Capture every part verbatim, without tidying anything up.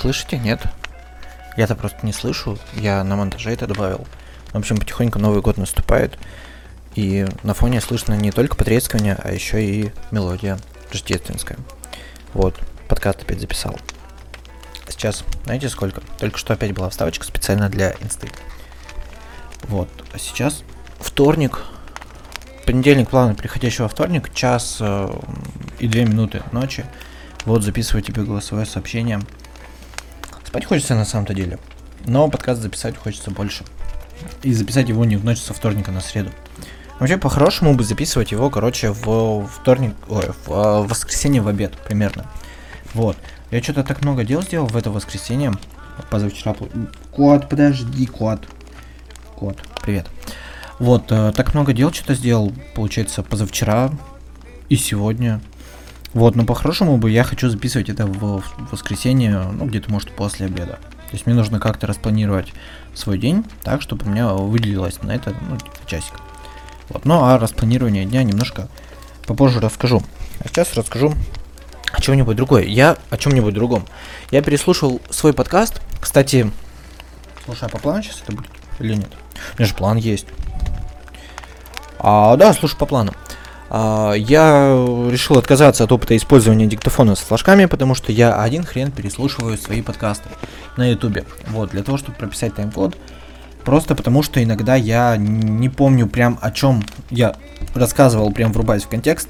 Слышите? Нет? Я-то просто не слышу, я на монтаже это добавил. В общем, потихоньку Новый год наступает, и на фоне слышно не только потрескивание, а еще и мелодия рождественская. Вот, подкаст опять записал. Сейчас, знаете сколько? Только что опять была вставочка специально для инсты. Вот, а сейчас вторник, понедельник, планы приходящего вторник, час э, и две минуты ночи. Вот, записываю тебе голосовое сообщение. Спать хочется на самом-то деле, но подкаст записать хочется больше. И записать его не в ночь со вторника на среду. Вообще, по-хорошему бы записывать его, короче, в вторник, ой, в воскресенье в обед примерно. Вот. Я что-то так много дел сделал в это воскресенье. Позавчера... Кот, подожди, кот. Кот, привет. Вот, так много дел что-то сделал, получается, позавчера и сегодня. Вот, но по-хорошему бы я хочу записывать это в воскресенье, ну, где-то, может, после обеда. То есть мне нужно как-то распланировать свой день так, чтобы у меня выделилось на это, ну, часик. Вот, ну, а распланирование дня немножко попозже расскажу. А сейчас расскажу о чем-нибудь другое. Я о чем-нибудь другом. Я переслушал свой подкаст. Кстати, слушай, а по плану сейчас это будет или нет? У меня же план есть. А, да, слушай, по плану. Я решил отказаться от опыта использования диктофона с флажками, потому что я один хрен переслушиваю свои подкасты на ютубе. Вот, для того, чтобы прописать тайм-код. Просто потому, что иногда я не помню прям о чем я рассказывал, прям врубаясь в контекст.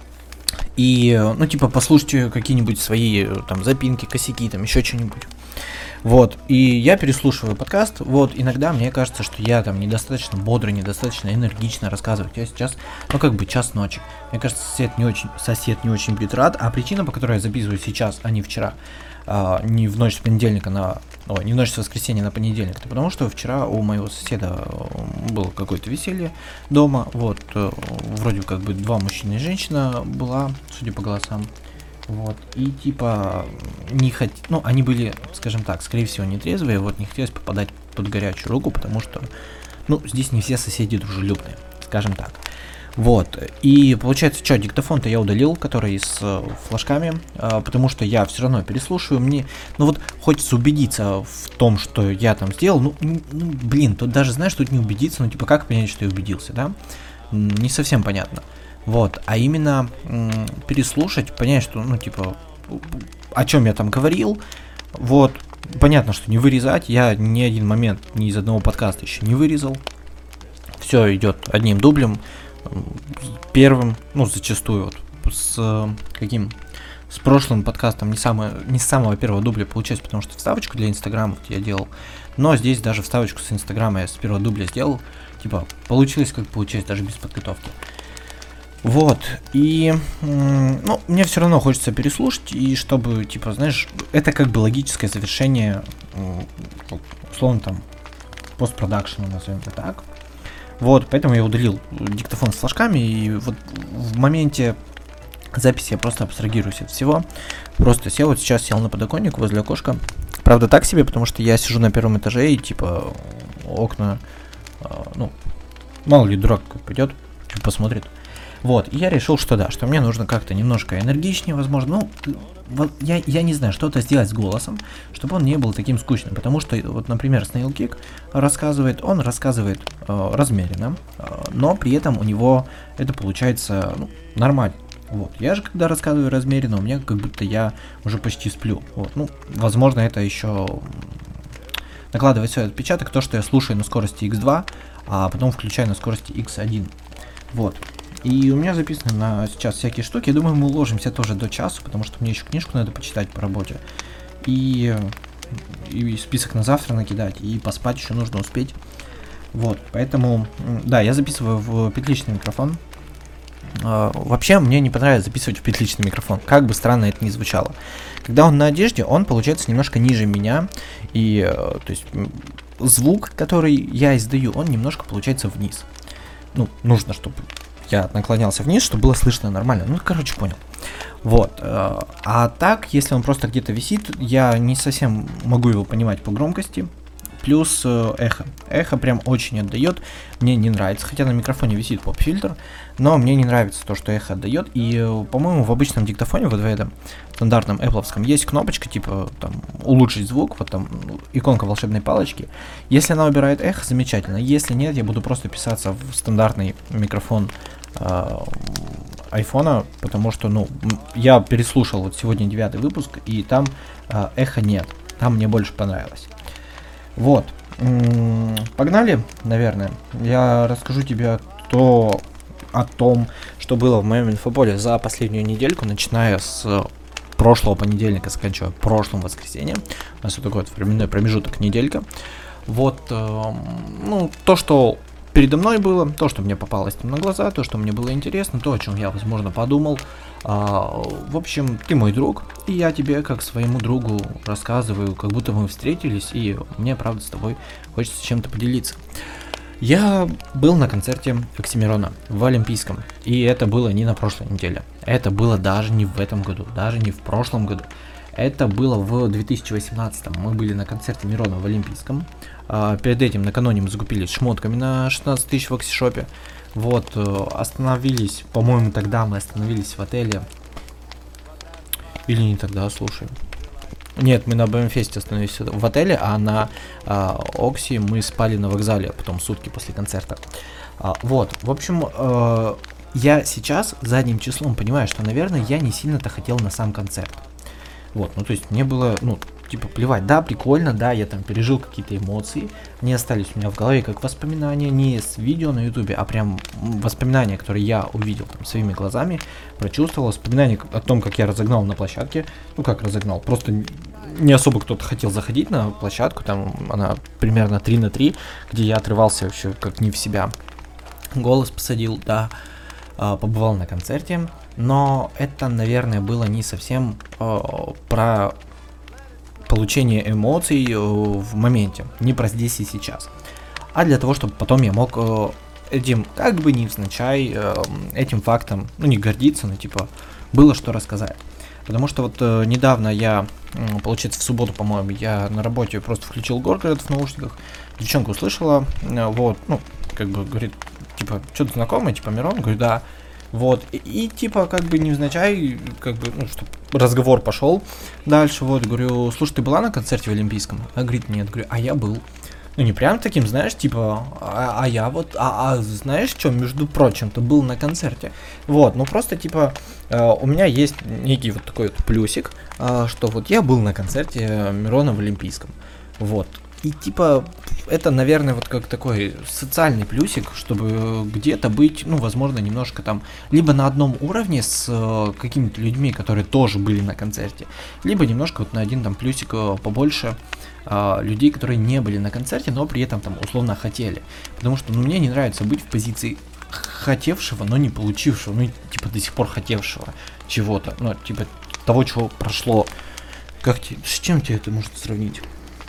И, ну, типа, послушайте какие-нибудь свои там запинки, косяки, там еще что-нибудь. Вот, и я переслушиваю подкаст, вот, иногда мне кажется, что я там недостаточно бодро, недостаточно энергично рассказываю. Я сейчас, ну, как бы час ночи. Мне кажется, сосед не очень, сосед не очень будет рад, а причина, по которой я записываю сейчас, а не вчера, а, не в ночь с понедельника на, о, не в ночь с воскресенья на понедельник, это потому что вчера у моего соседа было какое-то веселье дома, вот, вроде как бы два мужчины и женщина была, судя по голосам. Вот, и типа не хот... ну, они были, скажем так, скорее всего, нетрезвые, вот, не хотелось попадать под горячую руку, потому что, ну, здесь не все соседи дружелюбные, скажем так. Вот, и получается, что, диктофон-то я удалил, который с э, флажками, э, потому что я все равно переслушиваю, мне, ну вот, хочется убедиться в том, что я там сделал, ну, ну блин, тут даже, знаешь, тут не убедиться, ну, типа, как понять, что я убедился, да, не совсем понятно. Вот, а именно м, переслушать, понять, что, ну, типа, о чем я там говорил, вот, понятно, что не вырезать, я ни один момент ни из одного подкаста еще не вырезал, все идет одним дублем, первым, ну, зачастую, вот, с каким, с прошлым подкастом не, самое, не с самого первого дубля получилось, потому что вставочку для инстаграма я делал, но здесь даже вставочку с инстаграма я с первого дубля сделал, типа, получилось как получилось, даже без подготовки. Вот, и, ну, мне все равно хочется переслушать, и чтобы, типа, знаешь, это как бы логическое завершение, условно, там, постпродакшена, назовем это так. Вот, поэтому я удалил диктофон с флажками, и вот в моменте записи я просто абстрагируюсь от всего. Просто сел, вот сейчас сел на подоконник возле окошка. Правда, так себе, потому что я сижу на первом этаже, и, типа, окна, ну, мало ли дурак пойдет, что посмотрит. Вот, и я решил, что да, что мне нужно как-то немножко энергичнее, возможно, ну, я, я не знаю, что-то сделать с голосом, чтобы он не был таким скучным, потому что, вот, например, Snail Kick рассказывает, он рассказывает э, размеренно, э, но при этом у него это получается, ну, нормально. Вот, я же когда рассказываю размеренно, у меня как будто я уже почти сплю, вот, ну, возможно, это еще накладывает свой отпечаток, то, что я слушаю на скорости икс два, а потом включаю на скорости икс один, вот. И у меня записаны на сейчас всякие штуки. Я думаю, мы уложимся тоже до часу, потому что мне еще книжку надо почитать по работе. И, и список на завтра накидать, и поспать еще нужно успеть. Вот, поэтому, да, я записываю в петличный микрофон. Uh, вообще, мне не понравилось записывать в петличный микрофон, как бы странно это ни звучало. Когда он на одежде, он получается немножко ниже меня, и, uh, то есть, звук, который я издаю, он немножко получается вниз. Ну, нужно, чтобы я наклонялся вниз, чтобы было слышно нормально. Ну, короче, понял. Вот. А так, если он просто где-то висит, я не совсем могу его понимать по громкости. плюс э, эхо. Эхо прям очень отдает, мне не нравится, хотя на микрофоне висит поп-фильтр, но мне не нравится то, что эхо отдает, и, э, по-моему, в обычном диктофоне, вот в этом стандартном Apple'овском, есть кнопочка, типа, там, улучшить звук, вот там, иконка волшебной палочки. Если она убирает эхо, замечательно, если нет, я буду просто писаться в стандартный микрофон э, айфона, потому что, ну, я переслушал вот сегодня девятый выпуск, и там э, эхо нет, там мне больше понравилось. Вот, м-м, погнали, наверное, я расскажу тебе то, о том, что было в моем инфополе за последнюю недельку, начиная с прошлого понедельника, заканчивая прошлым воскресеньем. У нас вот такой вот временной промежуток, неделька. Вот, э, ну, то, что передо мной было, то, что мне попалось там на глаза, то, что мне было интересно, то, о чем я, возможно, подумал. А, в общем, ты мой друг, и я тебе, как своему другу, рассказываю, как будто мы встретились, и мне, правда, с тобой хочется чем-то поделиться. Я был на концерте Оксимирона в Олимпийском, и это было не на прошлой неделе, это было даже не в этом году, даже не в прошлом году. Это было в две тысячи восемнадцатом, мы были на концерте Мирона в Олимпийском. А, перед этим накануне мы закупились шмотками на шестнадцать тысяч в Оксишопе. Вот, остановились, по-моему, тогда мы остановились в отеле. Или не тогда, слушай. Нет, мы на БМ-фесте остановились в отеле, а на а, Окси мы спали на вокзале, потом сутки после концерта. А, вот, в общем, э, я сейчас задним числом понимаю, что, наверное, я не сильно-то хотел на сам концерт. Вот, ну то есть мне было, ну, типа, плевать, да, прикольно, да, я там пережил какие-то эмоции, они остались у меня в голове как воспоминания, не с видео на ютубе, а прям воспоминания, которые я увидел там своими глазами, прочувствовал, воспоминания о том, как я разогнал на площадке, ну как разогнал, просто не особо кто-то хотел заходить на площадку, там она примерно три на три, где я отрывался вообще как не в себя, голос посадил, да, побывал на концерте, но это, наверное, было не совсем э, про получение эмоций э, в моменте, не про здесь и сейчас, а для того, чтобы потом я мог э, этим, как бы невзначай, э, этим фактом, ну не гордиться, но типа было что рассказать. Потому что вот э, недавно я, э, получается в субботу, по-моему, я на работе просто включил Горгород в наушниках, девчонка услышала, э, вот, ну, как бы говорит, типа, что-то знакомое, типа Мирон, говорю, да. Вот, и, и типа, как бы невзначай, как бы, ну, чтобы разговор пошел дальше, вот, говорю, слушай, ты была на концерте в Олимпийском? Она говорит, нет, говорю, а я был. Ну, не прям таким, знаешь, типа, а, а я вот, а, а знаешь, что, между прочим, ты был на концерте. Вот, ну, просто, типа, э, у меня есть некий вот такой вот плюсик, э, что вот я был на концерте Мирона в Олимпийском, вот. И типа, это, наверное, вот как такой социальный плюсик, чтобы где-то быть, ну, возможно, немножко там, либо на одном уровне с э, какими-то людьми, которые тоже были на концерте, либо немножко вот на один там плюсик э, побольше э, людей, которые не были на концерте, но при этом там условно хотели. Потому что, ну, мне не нравится быть в позиции хотевшего, но не получившего, ну, типа, до сих пор хотевшего чего-то, ну, типа, того, чего прошло. Как тебе, с чем тебе это можно сравнить?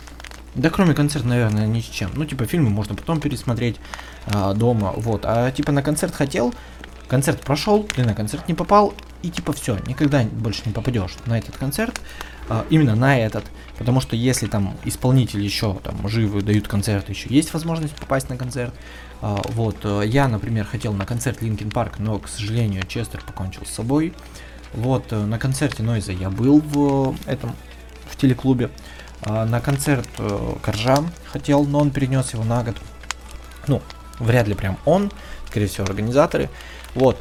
Да кроме концерта, наверное, ни с чем. Ну, типа, фильмы можно потом пересмотреть а, дома, вот. А, типа, на концерт хотел, концерт прошел, ты на концерт не попал, и, типа, все, никогда больше не попадешь на этот концерт, а, именно на этот. Потому что если там исполнители еще там живы, дают концерт, еще есть возможность попасть на концерт. А, вот, я, например, хотел на концерт Линкин Парк, но, к сожалению, Честер покончил с собой. Вот, на концерте Нойза я был в этом, в телеклубе. На концерт э, Коржа хотел, но он перенес его на год. Ну, вряд ли прям он, скорее всего, организаторы. Вот.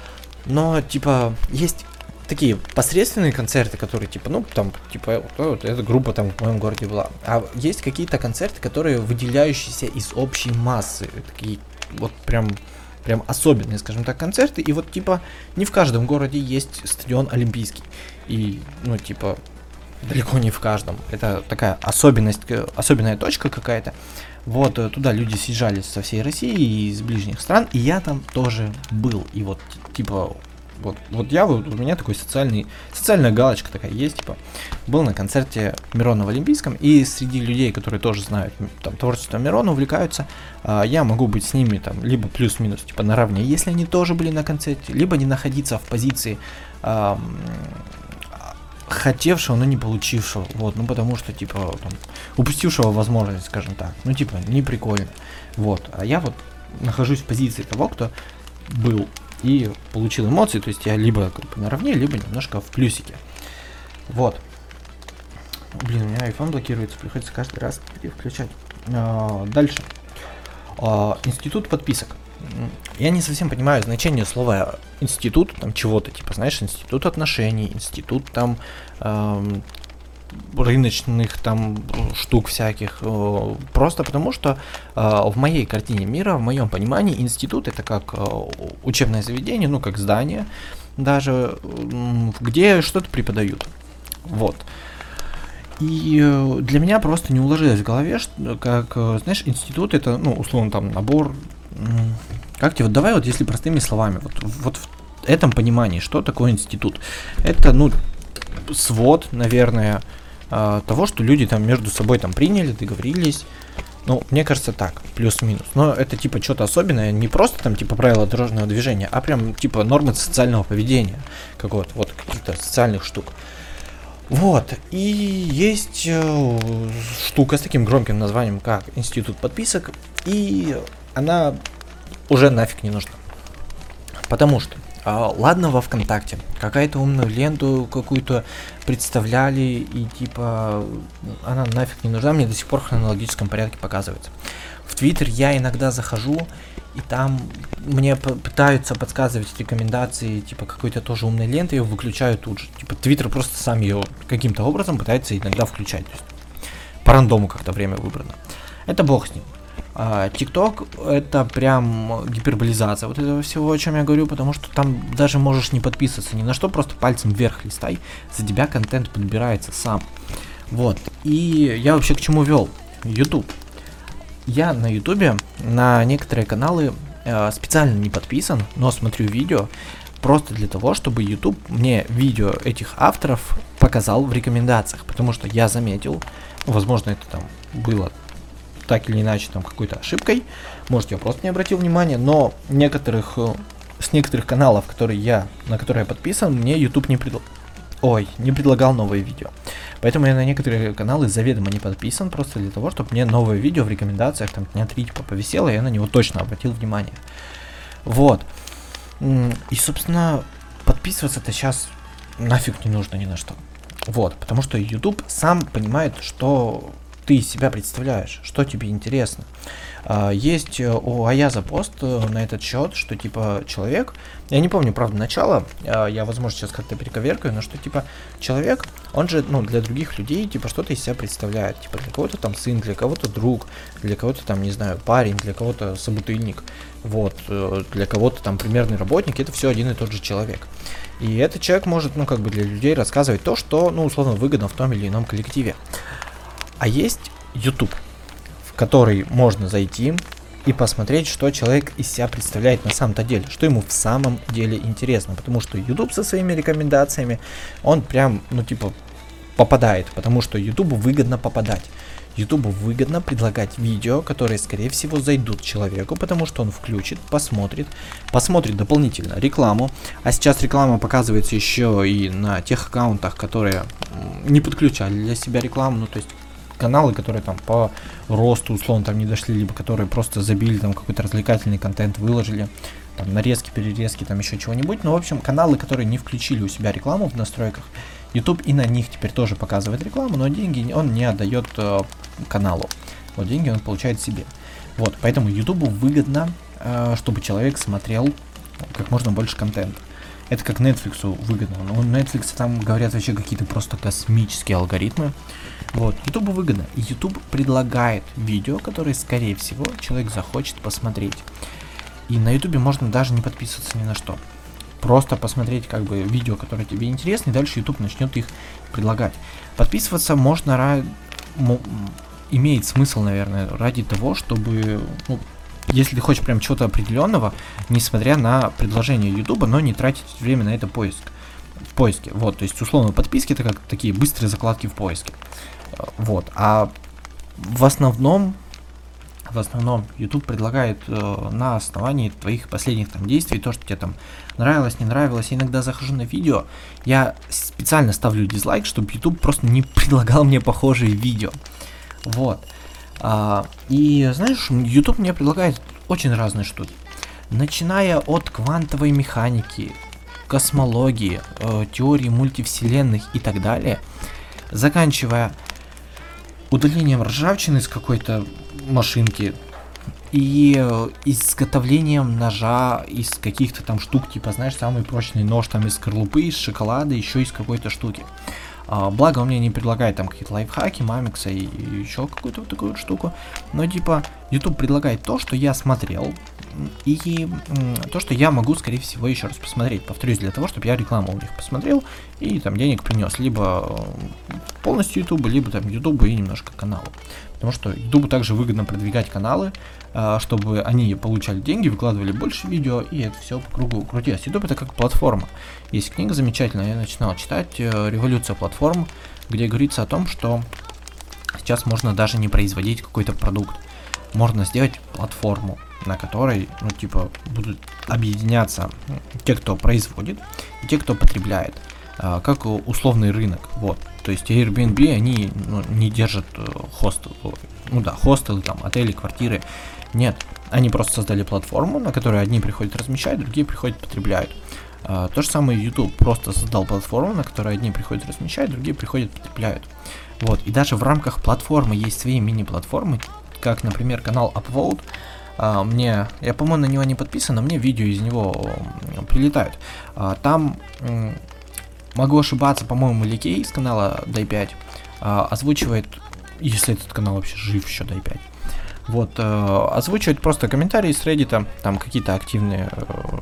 Но, типа, есть такие посредственные концерты, которые, типа, ну, там, типа, вот, эта группа там в моем городе была. А есть какие-то концерты, которые выделяющиеся из общей массы. Такие, вот, прям, прям особенные, скажем так, концерты. И вот, типа, не в каждом городе есть стадион Олимпийский. И, ну, типа... Далеко не в каждом. Это такая особенность, особенная точка какая-то. Вот туда люди съезжались со всей России и из ближних стран, и я там тоже был. И вот типа вот, вот я вот у меня такой социальный, социальная галочка такая есть, типа был на концерте Мирона в Олимпийском, и среди людей, которые тоже знают там творчество Мирона, увлекаются, я могу быть с ними там либо плюс-минус типа наравне, если они тоже были на концерте, либо не находиться в позиции хотевшего, но не получившего, вот, ну, потому что, типа, там, упустившего возможность, скажем так, ну, типа, не прикольно, вот, а я вот нахожусь в позиции того, кто был и получил эмоции, то есть я либо как бы наравне, либо немножко в плюсике, вот. Блин, у меня iPhone блокируется, приходится каждый раз включать. А, дальше. А, институт подписок. Я не совсем понимаю значение слова институт, там чего-то, типа, знаешь, институт отношений, институт там эм, рыночных там штук всяких. Э, просто потому что э, в моей картине мира, в моем понимании, институт это как э, учебное заведение, ну, как здание, даже э, где что-то преподают. Вот. И для меня просто не уложилось в голове, что, как, знаешь, институт это, ну, условно, там, набор, как тебе, вот давай вот, если простыми словами, вот, вот в этом понимании, что такое институт? Это, ну, свод, наверное, того, что люди там между собой там приняли, договорились, ну, мне кажется так, плюс-минус, но это, типа, что-то особенное, не просто там, типа, правила дорожного движения, а прям, типа, нормы социального поведения, какого-то, вот, каких-то социальных штук. Вот, и есть э, штука с таким громким названием, как институт подписок, и она уже нафиг не нужна. Потому что, э, ладно, во ВКонтакте какая-то умную ленту какую-то представляли, и типа она нафиг не нужна, мне до сих пор в хронологическом порядке показывается. В Твиттер я иногда захожу, и там мне пытаются подсказывать рекомендации, типа, какой-то тоже умной ленты, ее выключаю тут же. Типа, Твиттер просто сам ее каким-то образом пытается иногда включать. То есть, по рандому как-то время выбрано. Это бог с ним. ТикТок — это прям гиперболизация вот этого всего, о чем я говорю, потому что там даже можешь не подписываться ни на что, просто пальцем вверх листай, за тебя контент подбирается сам. Вот. И я вообще к чему вел? YouTube. Я на ютубе на некоторые каналы э, специально не подписан, но смотрю видео просто для того, чтобы YouTube мне видео этих авторов показал в рекомендациях, потому что я заметил, возможно, это там было так или иначе там какой-то ошибкой, может, я просто не обратил внимания, но некоторых, э, с некоторых каналов, которые я, на которые я подписан, мне YouTube не предлагал. Ой, не предлагал новые видео. Поэтому я на некоторые каналы заведомо не подписан, просто для того, чтобы мне новое видео в рекомендациях там дня три типа повисело, и я на него точно обратил внимание. Вот. И, собственно, подписываться-то сейчас нафиг не нужно ни на что. Вот, потому что YouTube сам понимает, что ты из себя представляешь, что тебе интересно. Есть у Аяза пост на этот счет, что типа человек, я не помню, правда, начало, я, возможно, сейчас как-то перековеркаю, но что типа человек, он же, ну, для других людей, типа, что-то из себя представляет, типа, для кого-то там сын, для кого-то друг, для кого-то там, не знаю, парень, для кого-то собутыльник, вот, для кого-то там примерный работник, это все один и тот же человек. И этот человек может, ну, как бы для людей рассказывать то, что, ну, условно, выгодно в том или ином коллективе. А есть YouTube, в который можно зайти и посмотреть, что человек из себя представляет на самом-то деле, что ему в самом деле интересно, потому что YouTube со своими рекомендациями, он прям, ну, типа, попадает, потому что YouTube выгодно попадать. YouTube выгодно предлагать видео, которые, скорее всего, зайдут человеку, потому что он включит, посмотрит, посмотрит дополнительно рекламу, а сейчас реклама показывается еще и на тех аккаунтах, которые не подключали для себя рекламу, ну, то есть каналы, которые там по росту, условно, там не дошли, либо которые просто забили там какой-то развлекательный контент, выложили, там нарезки, перерезки, там еще чего-нибудь. Ну, в общем, каналы, которые не включили у себя рекламу в настройках, YouTube и на них теперь тоже показывает рекламу, но деньги он не отдает э, каналу. Вот деньги он получает себе. Вот, поэтому YouTube выгодно, э, чтобы человек смотрел как можно больше контента. Это как Netflix выгодно. Но у Netflix там говорят вообще какие-то просто космические алгоритмы. Вот, YouTube выгодно. И YouTube предлагает видео, которые, скорее всего, человек захочет посмотреть. И на YouTube можно даже не подписываться ни на что. Просто посмотреть как бы видео, которые тебе интересны, и дальше YouTube начнет их предлагать. Подписываться можно, ра... М- имеет смысл, наверное, ради того, чтобы, ну, если ты хочешь прям чего-то определенного, несмотря на предложение YouTube, но не тратить время на это поиск. В поиске. Вот, то есть, условно, подписки это как такие быстрые закладки в поиске. Вот. А в основном в основном YouTube предлагает э, на основании твоих последних там действий, то, что тебе там нравилось, не нравилось. Я иногда захожу на видео, я специально ставлю дизлайк, чтобы YouTube просто не предлагал мне похожие видео. Вот. А, и знаешь, YouTube мне предлагает очень разные штуки. Начиная от квантовой механики, космологии, э, теории мультивселенных и так далее, заканчивая удалением ржавчины с какой-то машинки и э, изготовлением ножа из каких-то там штук, типа, знаешь, самый прочный нож там из скорлупы, из шоколада, еще из какой-то штуки. А, благо он мне не предлагает там какие-то лайфхаки, мамикса и, и еще какую-то вот такую вот штуку, но типа YouTube предлагает то, что я смотрел, и м, то, что я могу, скорее всего, еще раз посмотреть. Повторюсь, для того, чтобы я рекламу у них посмотрел и там денег принес. Либо полностью YouTube, либо там YouTube и немножко каналу. Потому что YouTube также выгодно продвигать каналы, чтобы они получали деньги, выкладывали больше видео, и это все по кругу крутилось. YouTube это как платформа. Есть книга замечательная, я начинал читать, «Революция платформ», где говорится о том, что сейчас можно даже не производить какой-то продукт. Можно сделать платформу, на которой, ну, типа, будут объединяться те, кто производит, и те, кто потребляет, а, как условный рынок, вот. То есть Airbnb, они, ну, не держат хостел, ну да, хостелы, там, отели, квартиры, нет. Они просто создали платформу, на которой одни приходят размещать, другие приходят потребляют. А, то же самое YouTube просто создал платформу, на которой одни приходят размещать, другие приходят потребляют. Вот, и даже в рамках платформы есть свои мини-платформы, как, например, канал Upvote. А, мне, я, по-моему, на него не подписан, но мне видео из него прилетают. А, там, м, могу ошибаться, по-моему, Ликей с канала дай пять а, озвучивает, если этот канал вообще жив еще дай пять, вот, а, озвучивает просто комментарии с Reddit, там какие-то активные а,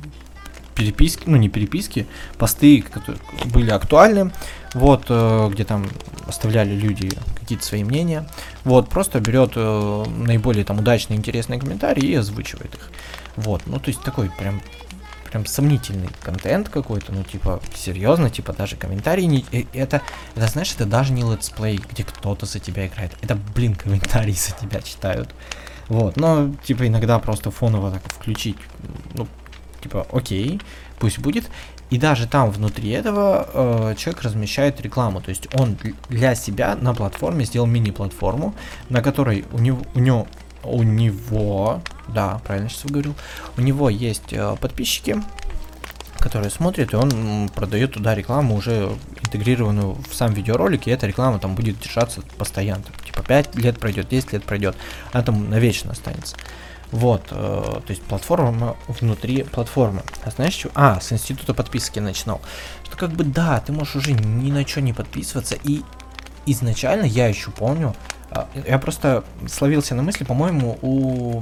переписки, ну не переписки, посты, которые были актуальны, вот, э, где там оставляли люди какие-то свои мнения, вот, просто берет э, наиболее там удачные, интересные комментарии и озвучивает их, вот, ну то есть такой прям, прям сомнительный контент какой-то, ну типа, серьезно, типа даже комментарии, не, э, это, это, знаешь, это даже не летсплей, где кто-то за тебя играет, это, блин, комментарии за тебя читают, вот, но типа иногда просто фоново так включить, ну, типа, окей, пусть будет. И даже там внутри этого э, человек размещает рекламу. То есть он для себя на платформе сделал мини-платформу, на которой у него, у него, у него, да, правильно сейчас говорю, у него есть э, подписчики, которые смотрят, и он продает туда рекламу, уже интегрированную в сам видеоролик, и эта реклама там будет держаться постоянно. Типа пять лет пройдет, десять лет пройдет, она там навечно останется. Вот, э, то есть платформа внутри платформы. А знаешь что? А, с института подписки начинал. Что как бы да, ты можешь уже ни на что не подписываться. И изначально я еще помню, э, я просто словился на мысли, по-моему, у,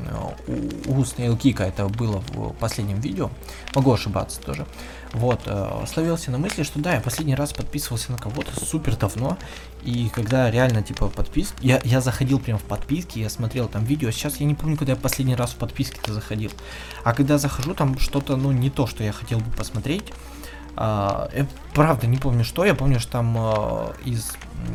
у, у Снейлкика это было в последнем видео. Могу ошибаться тоже. Вот, э, словился на мысли, что да, я последний раз подписывался на кого-то супер давно. И когда реально, типа, подписки, я, я заходил прям в подписки, я смотрел там видео, сейчас я не помню, когда я последний раз в подписки-то заходил. А когда захожу, там что-то, ну, не то, что я хотел бы посмотреть. А, я правда не помню, что, я помню, что там а, из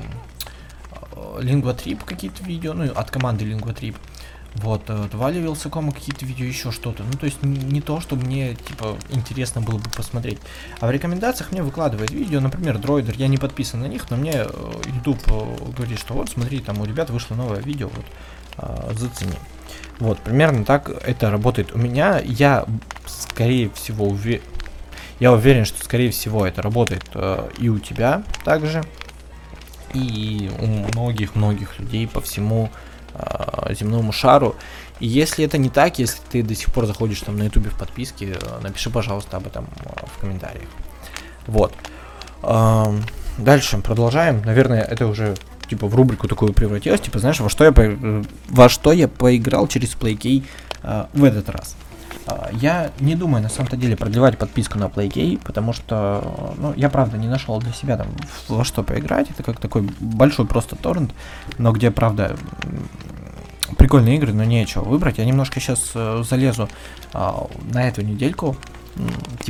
а, LinguaTrip какие-то видео, ну, от команды LinguaTrip. Вот, Вали Вилсакома какие-то видео, еще что-то. Ну, то есть не, не то, что мне, типа, интересно было бы посмотреть. А в рекомендациях мне выкладывает видео, например, Дроидер. Я не подписан на них, но мне э, YouTube э, говорит, что вот, смотри, там у ребят вышло новое видео, вот, э, зацени. Вот, примерно так это работает у меня. Я, скорее всего, уве... я уверен, что, скорее всего, это работает э, и у тебя также. И у многих-многих людей по всему земному шару. И если это не так, если ты до сих пор заходишь там на ютубе в подписке, напиши, пожалуйста, об этом в комментариях. Вот. Дальше продолжаем. Наверное, это уже типа в рубрику такую превратилось. Типа, знаешь, во что я, по... во что я поиграл через PlayKey в этот раз. Я не думаю на самом-то деле продлевать подписку на PlayKey, потому что, ну, я правда не нашел для себя там во что поиграть. Это как такой большой просто торрент, но где, правда, прикольные игры, но нечего выбрать. Я немножко сейчас э, залезу э, на эту недельку, э, типа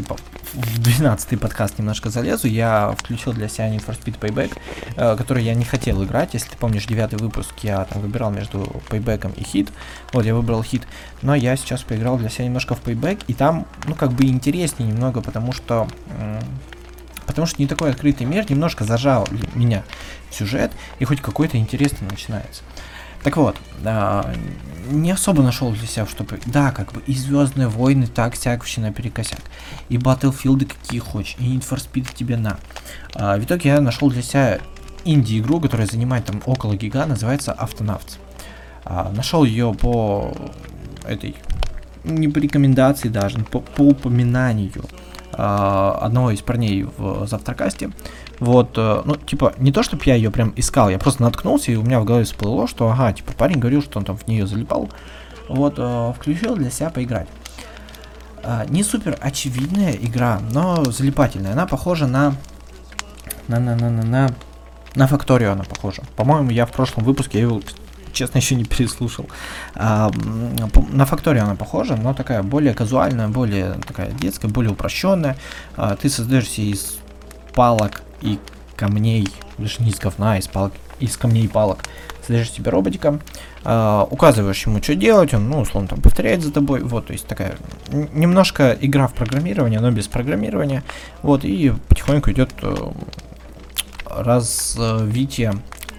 в двенадцатый подкаст немножко залезу, я включил для себя Need for Speed Payback, э, который я не хотел играть. Если ты помнишь девятый выпуск, я там выбирал между Payback'ом и Hit. Вот, я выбрал Hit. Но я сейчас поиграл для себя немножко в Payback, и там, ну, как бы интереснее немного, потому что... Э, потому что не такой открытый мир, немножко зажал меня в сюжет, и хоть какой-то интересный начинается. Так вот, э, не особо нашел для себя, чтобы... Да, как бы и Звездные войны так-сяк вообще наперекосяк. И Battlefield какие хочешь, и Need for Speed тебе на. А, в итоге я нашел для себя инди-игру, которая занимает там около гига, называется Автонавт. А, нашел ее по этой... Не по рекомендации даже, по, по упоминанию а, одного из парней в Завтракасте. Вот, ну, типа, не то, чтобы я ее прям искал, я просто наткнулся, и у меня в голове всплыло, что, ага, типа, парень говорил, что он там в нее залипал. Вот, э, включил для себя поиграть. Э, не супер очевидная игра, но залипательная. Она похожа на... На, на, на, на, на... На Факторию она похожа. По-моему, я в прошлом выпуске, я его, честно, еще не переслушал. А, на Факторию она похожа, но такая более казуальная, более такая детская, более упрощенная. А, ты создаешься из палок и камней, даже не из говна, а из палок, из камней и палок. Создаешь себе роботика, э, указываешь ему, что делать, он, ну, условно, там, повторяет за тобой, вот, то есть такая, н- немножко игра в программирование, но без программирования, вот, и потихоньку идет э, развитие.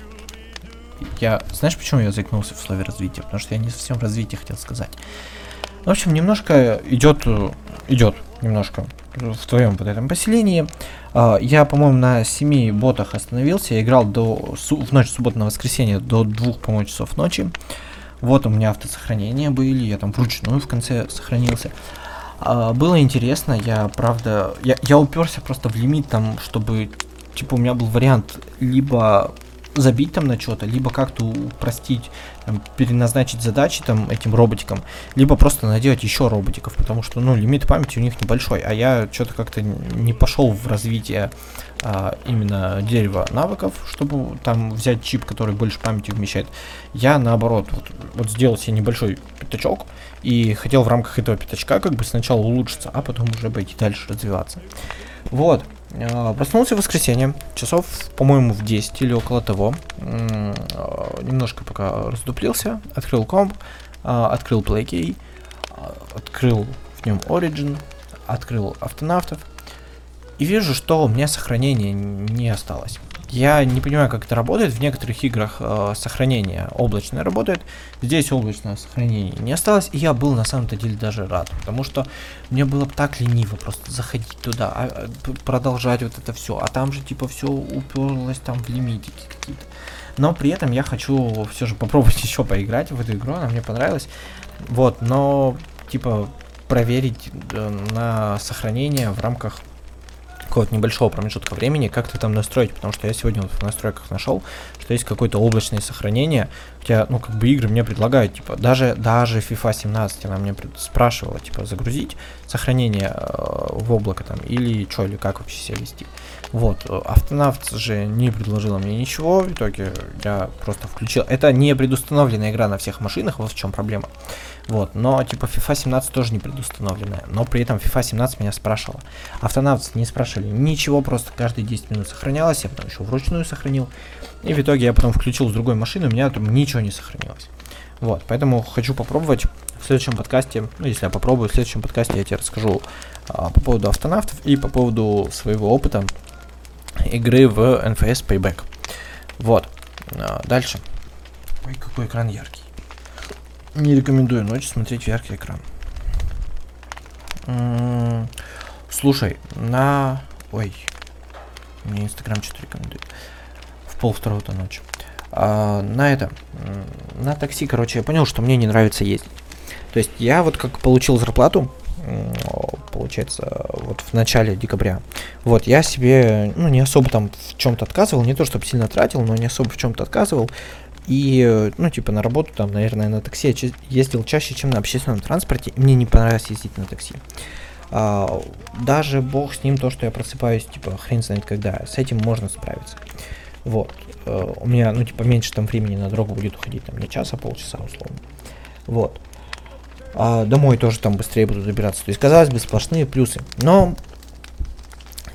Я, знаешь, почему я заикнулся в слове развитие? Потому что я не совсем развитие хотел сказать. В общем, немножко идет, идет немножко в твоем вот этом поселении. Uh, я, по-моему, на семи ботах остановился. Я играл до, в ночь субботы на воскресенье до двух, по-моему, часов ночи. Вот у меня автосохранения были. Я там вручную в конце сохранился. Uh, было интересно. Я, правда... Я, я уперся просто в лимит там, чтобы... Типа, у меня был вариант либо забить там на что-то, либо как-то упростить, там, переназначить задачи там этим роботикам, либо просто наделать еще роботиков, потому что, ну, лимит памяти у них небольшой, а я что-то как-то не пошел в развитие а, именно дерева навыков, чтобы там взять чип, который больше памяти вмещает. Я, наоборот, вот, вот сделал себе небольшой пятачок и хотел в рамках этого пятачка как бы сначала улучшиться, а потом уже пойти дальше развиваться. Вот. Проснулся в воскресенье, часов, по-моему, в десять или около того. Немножко пока раздуплился, открыл комп, открыл PlayKey, открыл в нем Origin, открыл Автонавтов. И вижу, что у меня сохранения не осталось. Я не понимаю, как это работает. В некоторых играх э, сохранение облачное работает. Здесь облачное сохранение не осталось. И я был на самом-то деле даже рад. Потому что мне было так лениво просто заходить туда, а, продолжать вот это все. А там же типа все уперлось там в лимитики какие-то. Но при этом я хочу все же попробовать еще поиграть в эту игру. Она мне понравилась. Вот, но типа проверить э, на сохранение в рамках какого-то небольшого промежутка времени, как ты там настроить, потому что я сегодня вот в настройках нашел, что есть какое-то облачное сохранение, хотя, ну, как бы игры мне предлагают, типа, даже, даже FIFA семнадцать она мне пред... спрашивала, типа, загрузить сохранение э, в облако там, или что, или как вообще себя вести. Вот, Автонавт же не предложила мне ничего, в итоге я просто включил. Это не предустановленная игра на всех машинах, вот в чем проблема. Вот, но типа FIFA семнадцать тоже не предустановленная, но при этом FIFA семнадцать меня спрашивала. Автонавт не спрашивали ничего, просто каждые десять минут сохранялось, я потом еще вручную сохранил. И в итоге я потом включил с другой машины, у меня там ничего не сохранилось. Вот, поэтому хочу попробовать в следующем подкасте, ну если я попробую, в следующем подкасте я тебе расскажу а, по поводу Автонавтов и по поводу своего опыта игры в эн эф эс Payback. Вот, а, дальше. Ой, какой экран яркий. Не рекомендую ночью смотреть в яркий экран. М-м- слушай, на... Ой, мне Инстаграм что-то рекомендует. В пол второго-то ночи. А, на это, на такси, короче, я понял, что мне не нравится ездить. То есть я вот как получил зарплату, получается, вот в начале декабря, вот, я себе, ну, не особо там в чем-то отказывал, не то, чтобы сильно тратил, но не особо в чем-то отказывал. И, ну, типа, на работу там, наверное, на такси я ездил чаще, чем на общественном транспорте, и мне не понравилось ездить на такси. А, даже бог с ним, то, что я просыпаюсь, типа, хрен знает когда, с этим можно справиться. Вот. А, у меня, ну, типа, меньше там времени на дорогу будет уходить, там, не час, а полчаса, условно. Вот. А домой тоже там быстрее буду добираться. То есть, казалось бы, сплошные плюсы. Но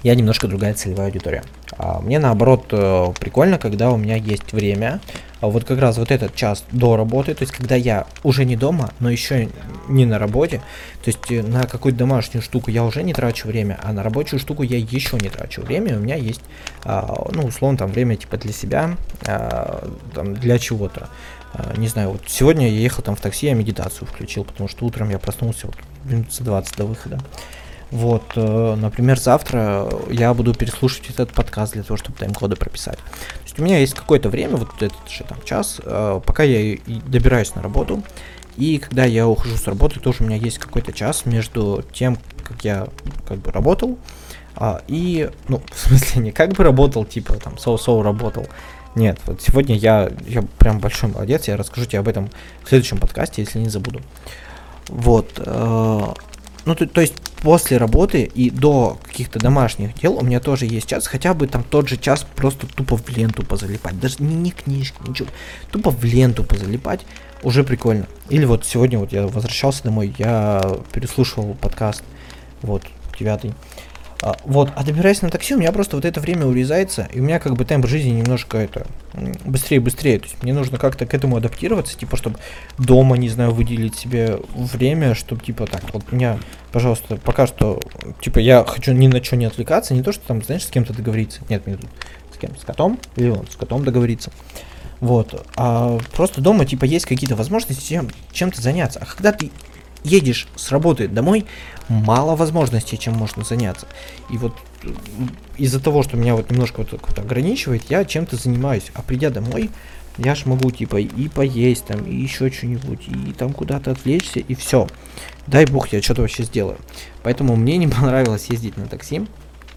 я немножко другая целевая аудитория. А мне наоборот прикольно, когда у меня есть время, вот как раз вот этот час до работы, то есть когда я уже не дома, но еще не на работе, то есть на какую-то домашнюю штуку я уже не трачу время, а на рабочую штуку я еще не трачу время, у меня есть, ну, условно, там время типа для себя, там, для чего-то. Не знаю, вот сегодня я ехал там в такси, я медитацию включил, потому что утром я проснулся вот минут за двадцать до выхода. Вот, э, например, завтра я буду переслушивать этот подкаст для того, чтобы тайм-коды прописать. То есть у меня есть какое-то время, вот этот же там час, э, пока я и добираюсь на работу, и когда я ухожу с работы, тоже у меня есть какой-то час между тем, как я как бы работал, э, и, ну, в смысле, не как бы работал, типа там соу-соу работал. Нет, вот сегодня я, я прям большой молодец, я расскажу тебе об этом в следующем подкасте, если не забуду. Вот, э, ну, то, то есть после работы и до каких-то домашних дел у меня тоже есть час, хотя бы там тот же час просто тупо в ленту позалипать, даже не, не книжки, ничего, тупо в ленту позалипать, уже прикольно. Или вот сегодня вот я возвращался домой, я переслушивал подкаст, вот, девятый. А, вот, а добираясь на такси, у меня просто вот это время урезается, и у меня как бы темп жизни немножко это быстрее-быстрее, то есть мне нужно как-то к этому адаптироваться, типа, чтобы дома, не знаю, выделить себе время, чтобы, типа, так, вот меня, пожалуйста, пока что, типа, я хочу ни на что не отвлекаться, не то, что там, знаешь, с кем-то договориться, нет, мне тут с кем, с котом, или он с котом договориться, вот, а просто дома, типа, есть какие-то возможности чем, чем-то заняться, а когда ты едешь с работы домой, мало возможностей, чем можно заняться. И вот из-за того, что меня вот немножко вот, вот ограничивает, я чем-то занимаюсь. А придя домой, я ж могу типа и поесть там, и еще что-нибудь, и там куда-то отвлечься, и все. Дай бог, я что-то вообще сделаю. Поэтому мне не понравилось ездить на такси.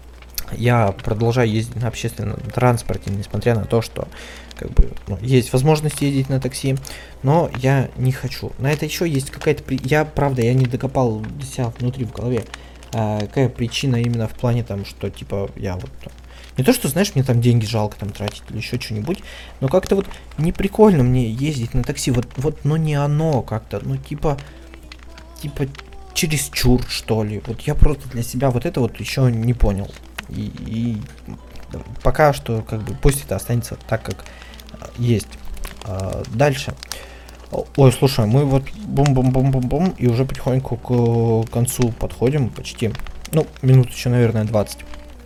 Я продолжаю ездить на общественном транспорте, несмотря на то, что как бы, ну, есть возможность ездить на такси, но я не хочу. На это еще есть какая-то... При... Я, правда, я не докопал для себя внутри в голове, а, какая причина именно в плане там, что типа я вот... Не то, что, знаешь, мне там деньги жалко там тратить или еще что-нибудь, но как-то вот не прикольно мне ездить на такси, вот, вот, ну не оно как-то, ну типа... Типа чересчур, что ли. Вот я просто для себя вот это вот еще не понял. И, и пока что, как бы, пусть это останется так, как есть. А, дальше. Ой, слушай, мы вот бум-бум-бум-бум-бум, и уже потихоньку к концу подходим, почти. Ну, минут еще, наверное, двадцать.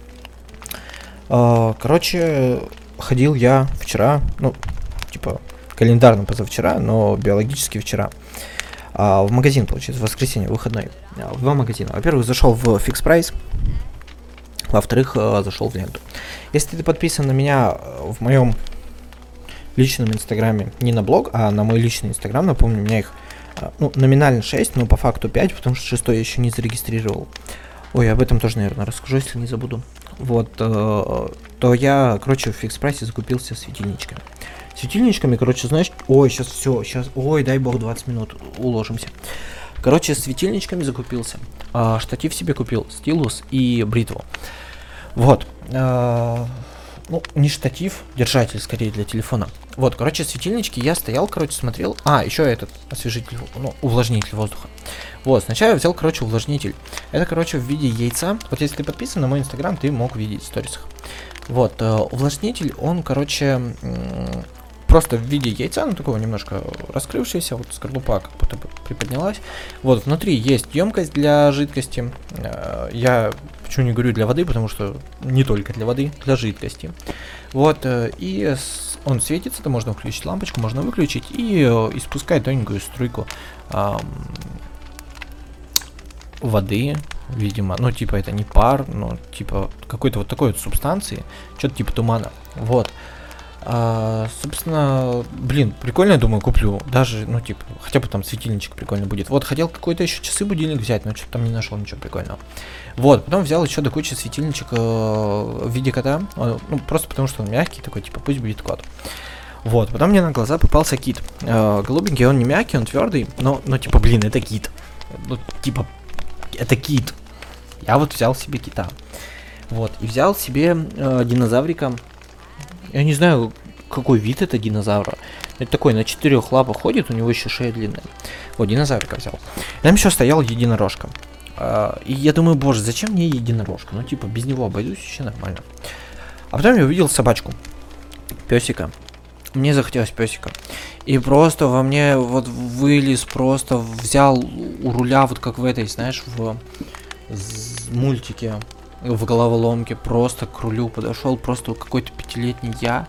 А, короче, ходил я вчера, ну, типа, календарно позавчера, но биологически вчера. А, в магазин, получается, в воскресенье, выходной. А, в два магазина. Во-первых, зашел в Fix Price. Во-вторых, зашел в ленту. Если ты подписан на меня в моем личном инстаграме, не на блог, а на мой личный инстаграм, напомню, у меня их, ну, номинально шесть, но по факту пять, потому что шестой я еще не зарегистрировал. Ой, об этом тоже, наверное, расскажу, если не забуду. Вот, э, то я, короче, в Fix Price закупился светильничками. Светильничками, короче, знаешь, ой, сейчас все, сейчас, ой, дай бог, двадцать минут, уложимся. Короче, с светильничками закупился. А, штатив себе купил, стилус и бритву. Вот. А, ну, не штатив, держатель скорее для телефона. Вот, короче, светильнички я стоял, короче, смотрел. А, еще этот освежитель, ну, увлажнитель воздуха. Вот, сначала я взял, короче, увлажнитель. Это, короче, в виде яйца. Вот если ты подписан на мой инстаграм, ты мог видеть в сторисах. Вот, э, увлажнитель, он, короче, м- просто в виде яйца, ну, такого немножко раскрывшегося, вот скорлупа как будто бы приподнялась. Вот, внутри есть емкость для жидкости. Э, я почему не говорю для воды, потому что не только для воды, для жидкости. Вот, э, и с, он светится, то можно включить лампочку, можно выключить и э, испускать тоненькую струйку э, воды, видимо, ну, типа, это не пар, но, типа, какой-то вот такой вот субстанции, что-то типа тумана, вот. А, собственно, блин, прикольно, я думаю, куплю, даже, ну, типа, хотя бы там светильничек прикольно будет. Вот, хотел какой-то еще часы будильник взять, но что-то там не нашел ничего прикольного. Вот, потом взял еще до кучи светильничек э, в виде кота, э, ну, просто потому что он мягкий такой, типа, пусть будет кот. Вот, потом мне на глаза попался кит. Э, голубенький, он не мягкий, он твердый, но, но, типа, блин, это кит. Ну, типа, это кит. Я вот взял себе кита. Вот, и взял себе э, динозаврика. Я не знаю, какой вид это динозавра. Это такой, на четырех лапах ходит, у него еще шея длинная. Вот, динозаврика взял. Там еще стоял единорожка. А, и я думаю, боже, зачем мне единорожка? Ну, типа, без него обойдусь, вообще нормально. А потом я увидел собачку, песика. Мне захотелось песика. И просто во мне вот вылез, просто взял у руля, вот как в этой, знаешь, в мультике, в головоломке, просто к рулю подошел, просто какой-то пятилетний я.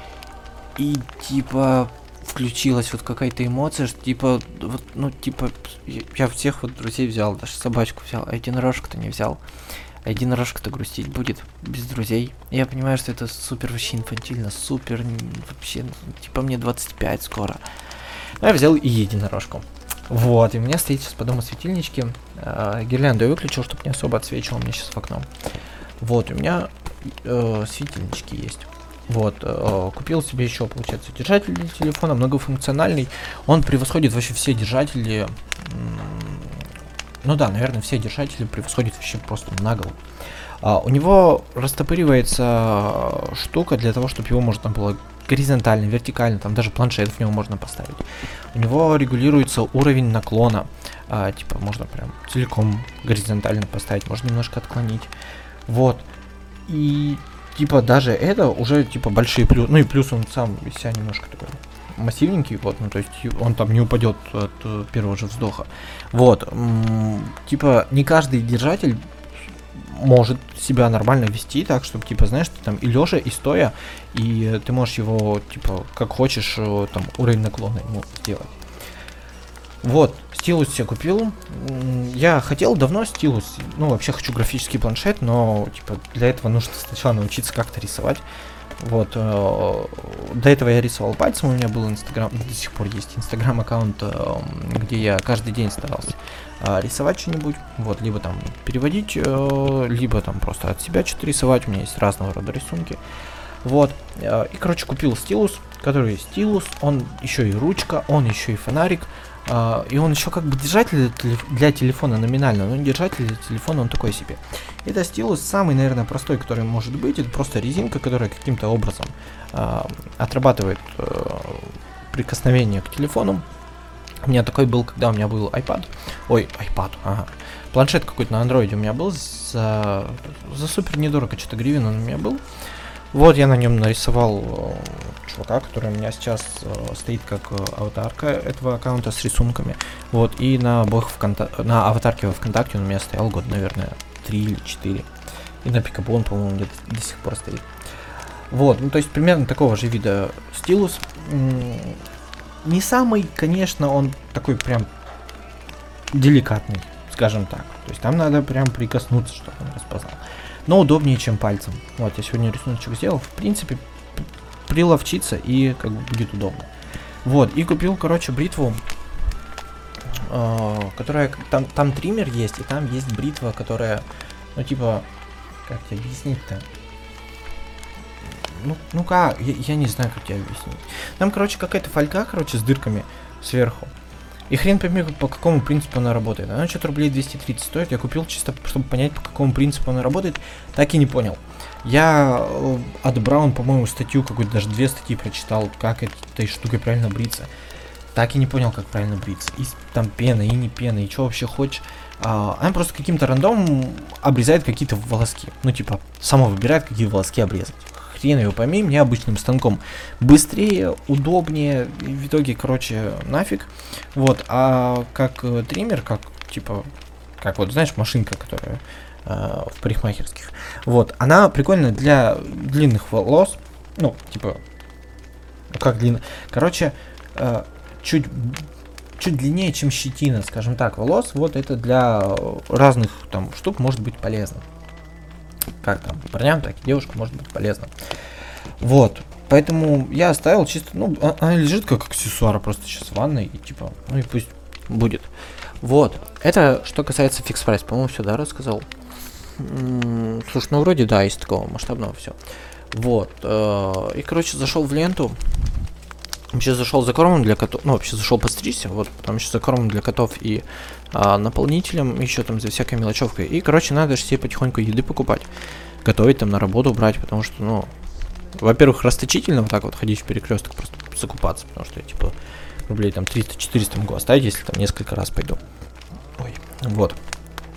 И типа включилась вот какая-то эмоция, что типа, вот, ну типа, я всех вот друзей взял, даже собачку взял, а единорожку-то не взял. А единорожка-то грустить будет без друзей. Я понимаю, что это супер вообще инфантильно, супер вообще, типа мне двадцать пять скоро. Но я взял и единорожку. Вот, и у меня стоит сейчас по дому светильнички. Э, гирлянду я выключил, чтобы не особо отсвечивал мне сейчас в окно. Вот, у меня э, светильнички есть. Вот, э, купил себе еще, получается, держатель для телефона, многофункциональный. Он превосходит вообще все держатели. Ну да, наверное, все держатели превосходят вообще просто на голову. А, у него растопыривается штука для того, чтобы его можно было горизонтально, вертикально, там даже планшет в него можно поставить. У него регулируется уровень наклона. А, типа, можно прям целиком горизонтально поставить, можно немножко отклонить. Вот. И типа даже это уже типа большие плюсы. Ну и плюс он сам из себя немножко такой массивненький, вот, ну то есть он там не упадет от uh, первого же вздоха. Вот, м-м, типа не каждый держатель может себя нормально вести, так чтобы типа знаешь, ты там и лежа, и стоя, и ты можешь его типа как хочешь там уровень наклона ему сделать. Вот, стилус себе купил. Я хотел давно стилус, ну вообще хочу графический планшет, но типа для этого нужно сначала научиться как-то рисовать. Вот, э, до этого я рисовал пальцем, у меня был инстаграм, до сих пор есть инстаграм аккаунт, э, где я каждый день старался э, рисовать что-нибудь, вот, либо там переводить, э, либо там просто от себя что-то рисовать, у меня есть разного рода рисунки. Вот, э, и короче купил стилус, который стилус, он еще и ручка, он еще и фонарик. Uh, и он еще как бы держатель для телефона номинально, но держатель для телефона он такой себе. Это стилус самый, наверное, простой, который может быть. Это просто резинка, которая каким-то образом uh, отрабатывает uh, прикосновение к телефону. У меня такой был, когда у меня был iPad. Ой, iPad, ага. Планшет какой-то на андроиде у меня был. За, за супер недорого, что-то гривен он у меня был. Вот я на нем нарисовал э, чувака, который у меня сейчас э, стоит как э, аватарка этого аккаунта с рисунками. Вот, и на, бог вконта... на аватарке во ВКонтакте он у меня стоял год, наверное, три или четыре. И на Пикабу он, по-моему, где-то до сих пор стоит. Вот, ну то есть примерно такого же вида стилус. М-м- не самый, конечно, он такой прям деликатный, скажем так. То есть там надо прям прикоснуться, чтобы он распознал. Но удобнее, чем пальцем. Вот, я сегодня рисуночек сделал. В принципе, приловчиться и как бы будет удобно. Вот, и купил, короче, бритву, э, которая, там, там триммер есть, и там есть бритва, которая, ну, типа, как тебе объяснить-то? Ну, ну как, я, я не знаю, как тебе объяснить. Там, короче, какая-то фольга, короче, с дырками сверху. И хрен пойми, по какому принципу она работает. Она что-то рублей двести тридцать стоит. Я купил чисто, чтобы понять, по какому принципу она работает. Так и не понял. Я от Браун, по-моему, статью какую-то, даже две статьи прочитал, как этой штукой правильно бриться. Так и не понял, как правильно бриться. И там пена, и не пена, и что вообще хочешь. А, она просто каким-то рандомом обрезает какие-то волоски. Ну, типа, сама выбирает, какие волоски обрезать. Хрен его пойми, мне обычным станком быстрее, удобнее, в итоге, короче, нафиг. Вот, а как э, триммер, как, типа, как вот, знаешь, машинка, которая э, в парикмахерских, вот, она прикольная для длинных волос, ну, типа, ну, как длинно, короче, э, чуть, чуть длиннее, чем щетина, скажем так, волос, вот, это для разных, там, штук может быть полезно. Как там, парням, так и девушкам может быть полезно. Вот, поэтому я оставил чисто, ну, она лежит как аксессуар просто сейчас в ванной, и типа, ну и пусть будет. Вот, это что касается фикс прайс, по-моему, все, да, рассказал? М-м, слушай, ну вроде да, из такого масштабного все. Вот, э- и, короче, зашел в ленту. Вообще зашел за кормом для котов, ну вообще зашел подстричься, вот, потом еще за кормом для котов и а, наполнителем, еще там за всякой мелочевкой. И, короче, надо же себе потихоньку еды покупать, готовить там на работу брать, потому что, ну, во-первых, расточительно вот так вот ходить в перекресток, просто закупаться, потому что я, типа, рублей там триста-четыреста могу оставить, если там несколько раз пойду. Ой, вот.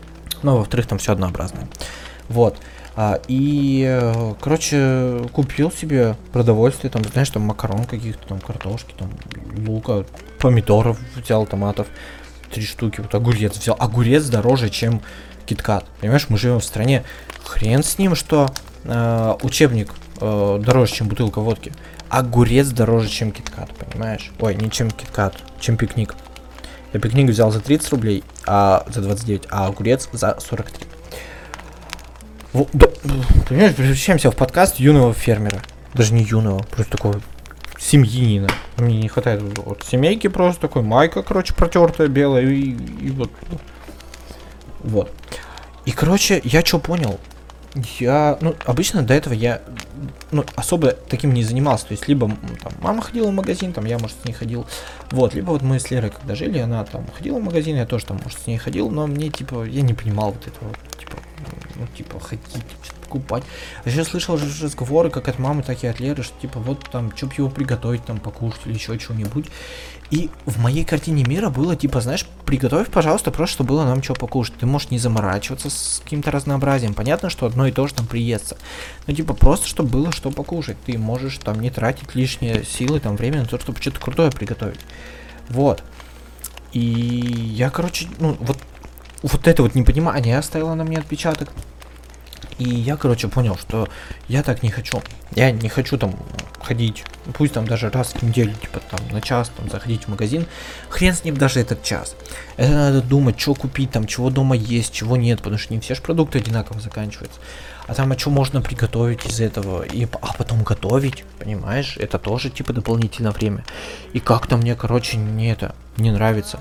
но во-вторых, там все однообразное. Вот. А, и, короче, купил себе продовольствие, там, знаешь, там макарон каких-то, там, картошки, там, лука, помидоров взял, томатов, три штуки, вот огурец взял. Огурец дороже, чем Киткат. Понимаешь, мы живем в стране, хрен с ним, что э, учебник э, дороже, чем бутылка водки. Огурец дороже, чем Киткат, понимаешь? Ой, не чем Киткат, чем пикник. Я пикник взял за тридцать рублей, а за двадцать девять, а огурец за сорок три. Вот, да, понимаешь, превращаемся в подкаст юного фермера. Даже не юного, просто такого семьянина. Мне не хватает вот семейки, просто такой майка, короче, протертая, белая, и, и вот. Вот. И, короче, я что понял? Я, ну, обычно до этого я, ну, особо таким не занимался. То есть, либо там мама ходила в магазин, там я, может, с ней ходил. Вот, либо вот мы с Лерой когда жили, она там ходила в магазин, я тоже там, может, с ней ходил, но мне, типа, я не понимал вот этого, типа, ну, типа, ходить, что-то покупать. А сейчас слышал уже разговоры как от мамы, так и от Леры, что, типа, вот там, что бы его приготовить, там, покушать или еще чего-нибудь. И в моей картине мира было, типа, знаешь, приготовь, пожалуйста, просто, чтобы было нам что покушать. Ты можешь не заморачиваться с каким-то разнообразием. Понятно, что одно и то же там приестся. Но, типа, просто, чтобы было что покушать. Ты можешь там не тратить лишние силы, там, время на то, чтобы что-то крутое приготовить. Вот. И я, короче, ну, вот, вот это вот непонимание оставило на мне отпечаток. И я, короче, понял, что я так не хочу. Я не хочу там ходить, пусть там даже раз в неделю, типа там на час, там заходить в магазин. Хрен с ним даже этот час. Это надо думать, что купить, там, чего дома есть, чего нет, потому что не все же продукты одинаково заканчиваются. А там, а что можно приготовить из этого, и, а потом готовить, понимаешь, это тоже, типа, дополнительное время. И как-то мне, короче, не это, не нравится.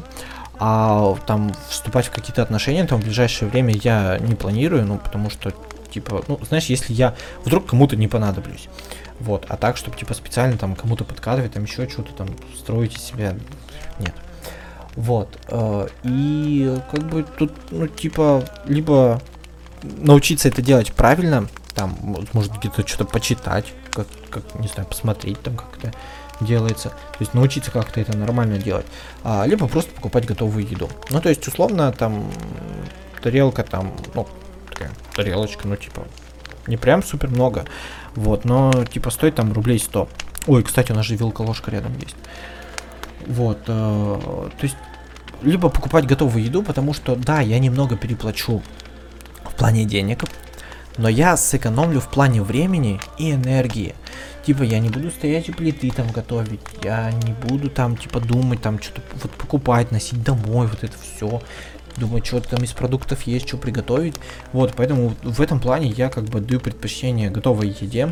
А там вступать в какие-то отношения там в ближайшее время я не планирую, ну, потому что, типа, ну, знаешь, если я вдруг кому-то не понадоблюсь. Вот, а так, чтобы, типа, специально там кому-то подкатывать, там еще что-то там строить из себя, нет. Вот, э, и как бы тут, ну, типа, либо научиться это делать правильно, там, может где-то что-то почитать, как, как, не знаю, посмотреть там, как это делается, то есть научиться как-то это нормально делать, а, либо просто покупать готовую еду. Ну, то есть, условно, там, тарелка, там, ну, такая тарелочка, ну, типа, не прям супер много, вот, но, типа, стоит там рублей сто. Ой, кстати, у нас же вилка-ложка рядом есть. Вот, э, то есть, либо покупать готовую еду, потому что, да, я немного переплачу в плане денег, но я сэкономлю в плане времени и энергии. Типа, я не буду стоять у плиты там готовить, я не буду там, типа, думать, там, что-то вот покупать, носить домой, вот это все. Думать, что там из продуктов есть, что приготовить. Вот, поэтому в этом плане я как бы даю предпочтение готовой еде.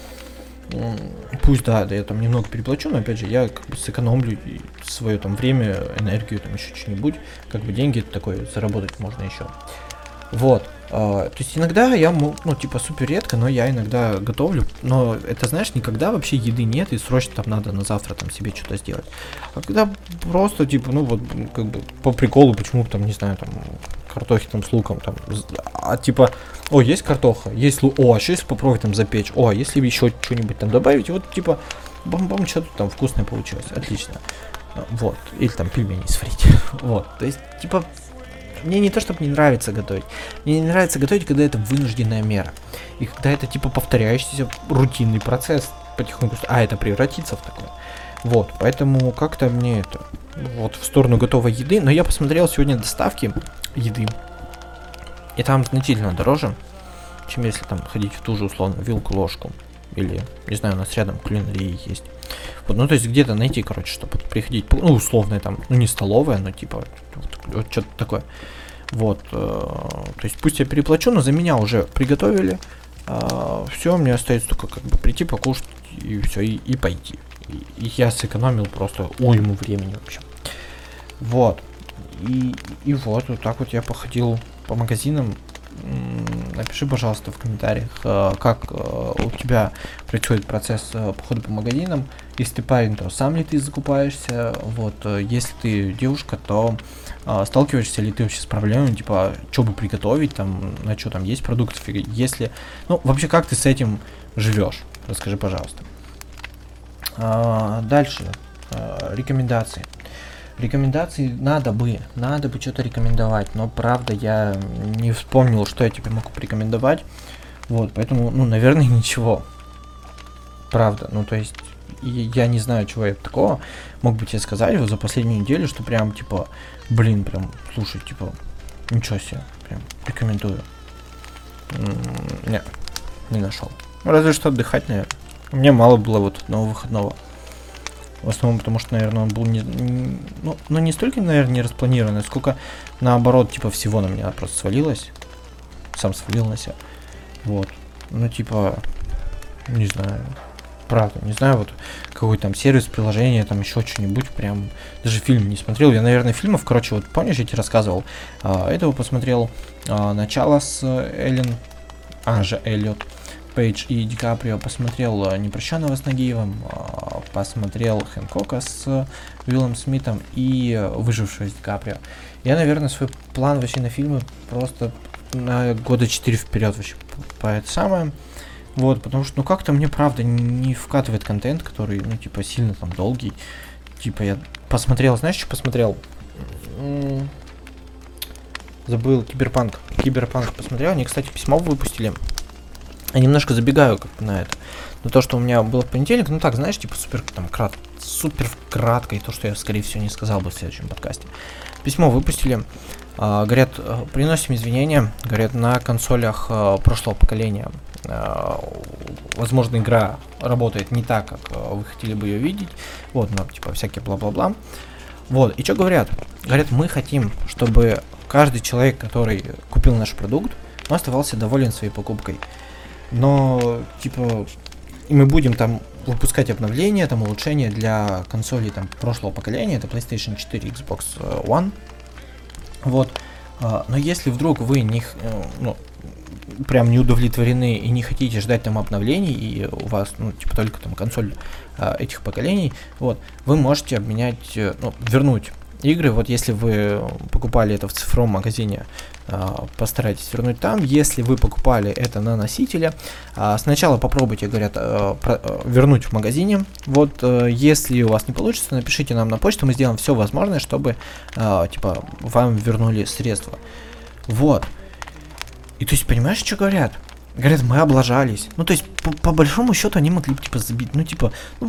Пусть, да, да, я там немного переплачу, но опять же, я как бы сэкономлю свое там время, энергию, там еще что-нибудь. Как бы деньги такое заработать можно еще. Вот. Uh, то есть иногда я, ну, типа, супер редко, но я иногда готовлю, но это, знаешь, никогда вообще еды нет, и срочно там надо на завтра там себе что-то сделать. А когда просто, типа, ну, вот, как бы, по приколу, почему там, не знаю, там, картохи там с луком, там, а, типа, о, есть картоха, есть лук, о, а что если попробовать там запечь, о, а если еще что-нибудь там добавить, вот, типа, бам-бам, что-то там вкусное получилось, отлично. Вот, или там пельмени сварить, вот, то есть, типа, мне не то, чтобы не нравится готовить. Мне не нравится готовить, когда это вынужденная мера. И когда это, типа, повторяющийся рутинный процесс потихоньку. А это превратится в такое. Вот, поэтому как-то мне это... Вот, в сторону готовой еды. Но я посмотрел сегодня доставки еды. И там значительно дороже, чем если там ходить в ту же, условно, вилку-ложку. Или, не знаю, у нас рядом кулинарии есть. Вот, ну, то есть где-то найти, короче, чтобы приходить, ну, условно, там, ну, не столовая, но, типа, вот, вот что-то такое. Вот, э, то есть пусть я переплачу, но за меня уже приготовили. Э, все, мне остается только, как бы, прийти, покушать, и все, и, и пойти. И, и я сэкономил просто уйму времени вообще. Вот. И, и вот, вот так вот я походил по магазинам. Напиши, пожалуйста, в комментариях, как у тебя происходит процесс похода по магазинам. Если ты парень, то сам ли ты закупаешься. Вот, если ты девушка, то сталкиваешься ли ты вообще с проблемами, типа, что бы приготовить, там, на что там есть продуктов, если... Ну, вообще, как ты с этим живешь? Расскажи, пожалуйста. Дальше. Рекомендации. Рекомендации надо бы, надо бы что-то рекомендовать, но правда я не вспомнил, что я тебе могу порекомендовать. Вот, поэтому, ну, наверное, ничего. Правда, ну, то есть, я не знаю, чего я такого мог бы тебе сказать вот за последнюю неделю, что прям, типа, блин, прям, слушай, типа, ничего себе, прям, рекомендую. М-м, не, не нашел. Разве что отдыхать, наверное. Мне мало было вот одного выходного. В основном потому, что, наверное, он был не, не ну, ну, не столько, наверное, не распланированный, сколько, наоборот, типа, всего на меня просто свалилось. Сам свалился. Вот. Ну, типа, не знаю. Правда, не знаю, вот какой там сервис, приложение, там еще что-нибудь, прям даже фильм не смотрел. Я, наверное, фильмов, короче, вот помнишь, я тебе рассказывал, а, этого посмотрел, а, начало с Эллен, а же Эллиот Пейдж и Ди Каприо, посмотрел Непрощенного с Нагиевым, а, посмотрел Хэнкока с Уиллом Смитом и Выжившего с Ди Каприо. Я, наверное, свой план вообще на фильмы просто на года четыре вперед вообще по это самое. Вот, потому что, ну, как-то мне, правда, не вкатывает контент, который, ну, типа, сильно там долгий. Типа, я посмотрел, знаешь, что посмотрел? М-м- забыл, Киберпанк. Киберпанк посмотрел, они, кстати, письмо выпустили. Я немножко забегаю как на это. Но то, что у меня было в понедельник, ну, так, знаешь, типа, супер, там, крат, супер кратко, и то, что я, скорее всего, не сказал бы в следующем подкасте. Письмо выпустили. Uh, говорят, приносим извинения, говорят, на консолях uh, прошлого поколения uh, возможно, игра работает не так, как uh, вы хотели бы ее видеть, вот, ну, типа, всякие бла-бла-бла, вот, и что говорят? Говорят, мы хотим, чтобы каждый человек, который купил наш продукт, он оставался доволен своей покупкой, но, типа, и мы будем там выпускать обновления, там, улучшения для консолей, там, прошлого поколения, это PlayStation четыре, Xbox One. Вот, а, но если вдруг вы не, ну, прям не удовлетворены и не хотите ждать там обновлений, и у вас, ну, типа, только там консоль а, этих поколений, вот, вы можете обменять, ну, вернуть игры, вот, если вы покупали это в цифровом магазине, а, постарайтесь вернуть там, если вы покупали это на носителе, а, сначала попробуйте, говорят, а, про, а, вернуть в магазине, вот, а, если у вас не получится, напишите нам на почту, мы сделаем все возможное, чтобы, а, типа, вам вернули средства, вот, и то есть, понимаешь, что говорят? Говорят, мы облажались, ну, то есть, по, по большому счету, они могли бы, типа, забить, ну, типа, ну,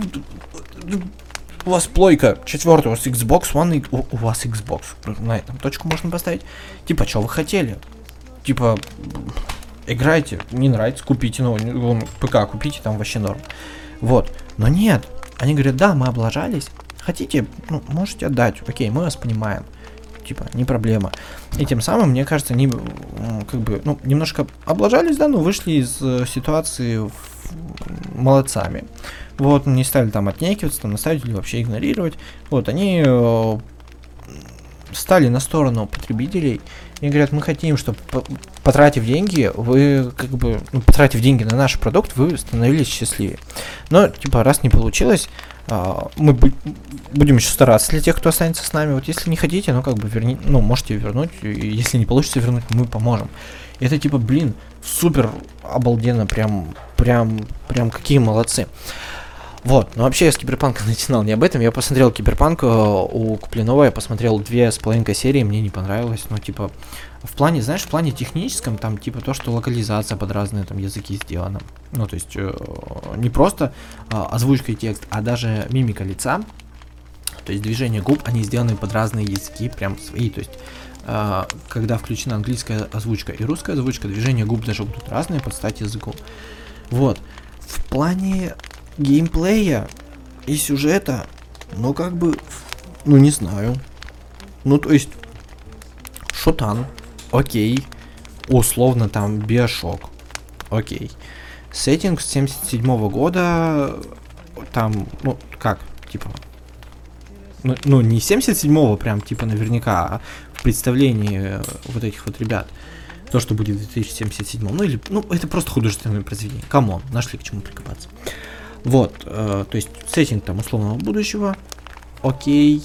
у вас плойка четвертая, у вас Xbox One, и у, у вас Xbox, на этом точку можно поставить. Типа, что вы хотели? Типа, играйте, не нравится, купите, ну, ПК купите, там вообще норм. Вот, но нет, они говорят, да, мы облажались, хотите, ну, можете отдать, окей, мы вас понимаем. Типа, не проблема. И тем самым, мне кажется, они, как бы, ну, немножко облажались, да, но вышли из э, ситуации в... молодцами. Вот, не стали там отнекиваться, там наставить или вообще игнорировать. Вот, они э, стали на сторону потребителей и говорят, мы хотим, чтобы, потратив деньги, вы, как бы, ну, потратив деньги на наш продукт, вы становились счастливее. Но, типа, раз не получилось, э, мы бу- будем еще стараться для тех, кто останется с нами. Вот, если не хотите, ну, как бы, верни, ну, можете вернуть, и если не получится вернуть, мы поможем. И это, типа, блин, супер обалденно, прям, прям, прям, какие молодцы. Вот, но вообще я с Киберпанком начинал не об этом, я посмотрел Киберпанк э, у Куплинова, я посмотрел две с половиной серии, мне не понравилось, но типа, в плане, знаешь, в плане техническом, там типа то, что локализация под разные там языки сделана, ну то есть э, не просто э, озвучка и текст, а даже мимика лица, то есть движения губ, они сделаны под разные языки, прям свои, то есть э, когда включена английская озвучка и русская озвучка, движения губ даже будут разные под стать языку, вот, в плане геймплея и сюжета, ну как бы, ну не знаю. Ну то есть, шутан, окей, условно там Биошок, окей. Сеттинг с семьдесят седьмого года, там, ну как, типа, ну, ну не семьдесят седьмого прям, типа наверняка, а в представлении вот этих вот ребят. То, что будет в две тысячи семьдесят седьмом, ну или, ну это просто художественное произведение, камон, нашли к чему прикопаться. Вот, э, то есть сеттинг там условного будущего, окей.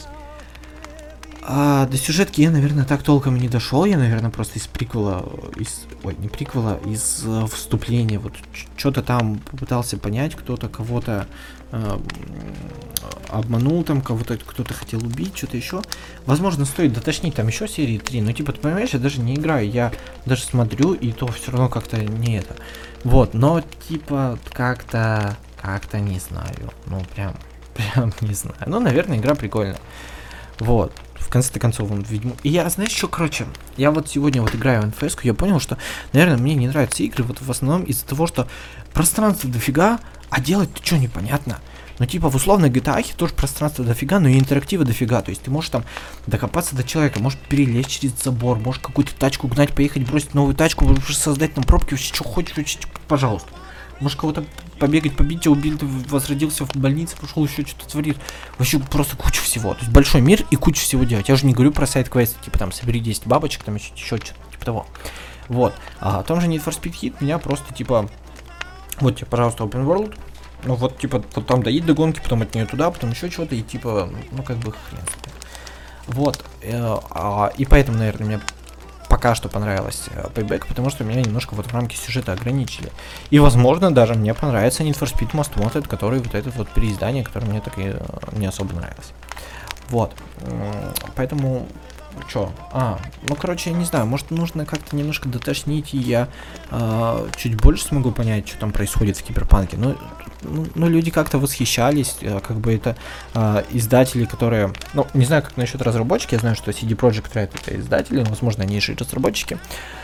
А до сюжетки я, наверное, так толком и не дошел, я, наверное, просто из приквела, из, ой, не приквела, из э, вступления, вот что-то там попытался понять, кто-то кого-то э, обманул, там кого-то кто-то хотел убить, что-то еще. Возможно, стоит дотошнить там еще серии три, но типа, ты понимаешь, я даже не играю, я даже смотрю, и то все равно как-то не это. Вот, но типа как-то, как-то не знаю, ну прям, прям не знаю. Ну, наверное, игра прикольная. Вот. В конце-то концов, он, видимо... И я, знаешь, что, короче, я вот сегодня вот играю в эн эф эс-ку, я понял, что, наверное, мне не нравятся игры вот в основном из-за того, что пространство дофига, а делать-то что непонятно. Ну, типа, в условной джи ти эй тоже пространство дофига, но и интерактива дофига. То есть ты можешь там докопаться до человека, можешь перелезть через забор, можешь какую-то тачку гнать, поехать, бросить новую тачку, создать там пробки, вообще, что хочешь, вообще, пожалуйста. Можешь кого-то побегать, побить, тебя убили, ты возродился в больнице, пошел еще что-то творить. Вообще просто куча всего. То есть большой мир и куча всего делать. Я уже не говорю про сайт-квесты, типа там собери десять бабочек, там еще, еще что-то типа того. Вот. А о том же Need for Speed Heat меня просто типа... Вот тебе, пожалуйста, Open World. Ну вот, типа, вот там доедь до гонки, потом от нее туда, потом еще чего-то, и типа, ну как бы хрен. Вот. Э, а, и поэтому, наверное, мне пока что понравилось Payback, потому что меня немножко вот в рамки сюжета ограничили. И, возможно, даже мне понравится Need for Speed Most Wanted, который вот это вот переиздание, которое мне так и не особо нравилось. Вот. Поэтому... Чё? А, ну, короче, я не знаю, может, нужно как-то немножко дотошнить, и я э, чуть больше смогу понять, что там происходит в Киберпанке. Ну, ну, ну люди как-то восхищались, э, как бы это э, издатели, которые... Ну, не знаю, как насчет разработчики, я знаю, что си ди Projekt Red это издатели, возможно, они же и разработчики.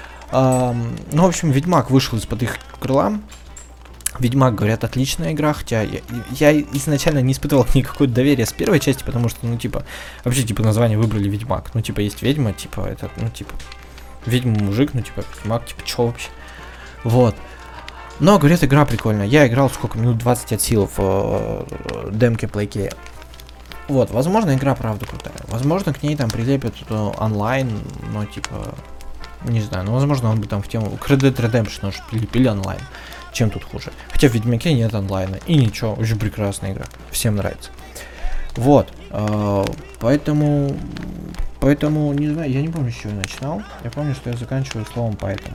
Э, ну, в общем, Ведьмак вышел из-под их крыла. Ведьмак, говорят, отличная игра, хотя я, я изначально не испытывал к ней какое-то доверие с первой части, потому что, ну, типа, вообще, типа, название выбрали Ведьмак. Ну, типа, есть ведьма, типа, это, ну, типа, ведьма мужик, ну, типа, Ведьмак, типа, чё вообще? Вот. Но, говорят, игра прикольная. Я играл сколько, минут двадцать от сил в э, демке PlayKey. Вот, возможно, игра правда крутая. Возможно, к ней там прилепят э, онлайн, но, типа, не знаю, ну, возможно, он бы там в тему Red Dead Redemption уже прилепили онлайн. Чем тут хуже? Хотя в Ведьмаке нет онлайна. И ничего, очень прекрасная игра. Всем нравится. Вот. Э, поэтому... Поэтому, не знаю, я не помню, с чего я начинал. Я помню, что я заканчиваю словом «поэтому».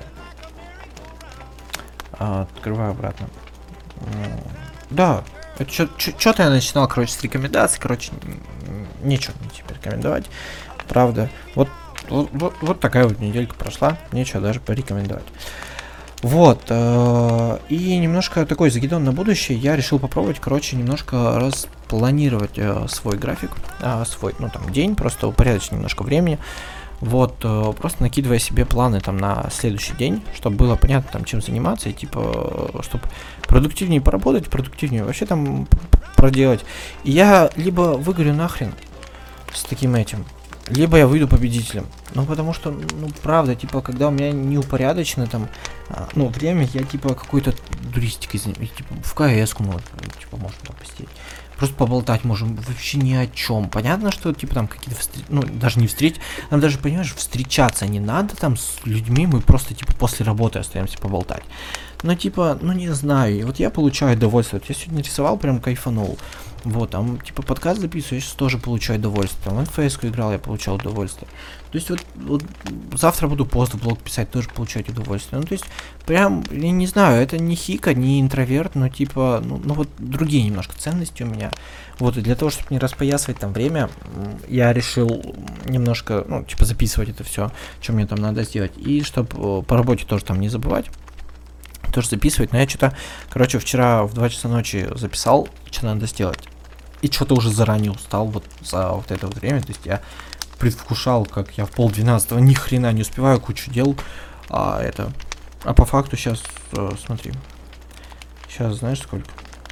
А, открываю обратно. Да. Что-то я начинал, короче, с рекомендаций. Короче, нечего мне теперь рекомендовать. Правда. Вот, вот, вот, вот такая вот неделька прошла. Нечего даже порекомендовать. Вот, э, и немножко такой закидон на будущее, я решил попробовать, короче, немножко распланировать э, свой график, э, свой, ну, там, день, просто упорядочить немножко времени, вот, э, просто накидывая себе планы, там, на следующий день, чтобы было понятно, там, чем заниматься, и, типа, чтобы продуктивнее поработать, продуктивнее вообще, там, проделать, и я либо выгорю нахрен с таким этим, либо я выйду победителем. Ну, потому что, ну, правда, типа, когда у меня неупорядочено там, а, ну, время, я, типа, какой-то дуристикой занимаюсь, типа, в КС-ку, ну, типа, можно там посидеть. Просто поболтать можем вообще ни о чем. Понятно, что, типа, там какие-то, встр... ну, даже не встретить, нам даже, понимаешь, встречаться не надо там с людьми, мы просто, типа, после работы остаемся поболтать. Но, типа, ну, не знаю, и вот я получаю удовольствие. Вот я сегодня рисовал, прям кайфанул. Вот, там, типа, подкаст записываю, я сейчас тоже получаю удовольствие. Там, в эн эф эс-ку играл, я получал удовольствие. То есть, вот, вот, завтра буду пост-блог писать, тоже получать удовольствие. Ну, то есть, прям, я не знаю, это не хика, не интроверт, но, типа, ну, ну вот, другие немножко ценности у меня. Вот, и для того, чтобы не распоясывать там время, я решил немножко, ну, типа, записывать это все, что мне там надо сделать. И чтобы по работе тоже там не забывать. Тоже записывать, но я что-то, короче, вчера в два часа ночи записал, что надо сделать. И что-то уже заранее устал вот за вот это вот время. То есть я предвкушал, как я в полдвенадцатого ни хрена не успеваю, кучу дел. А это... А по факту сейчас, э, смотри. Сейчас знаешь сколько?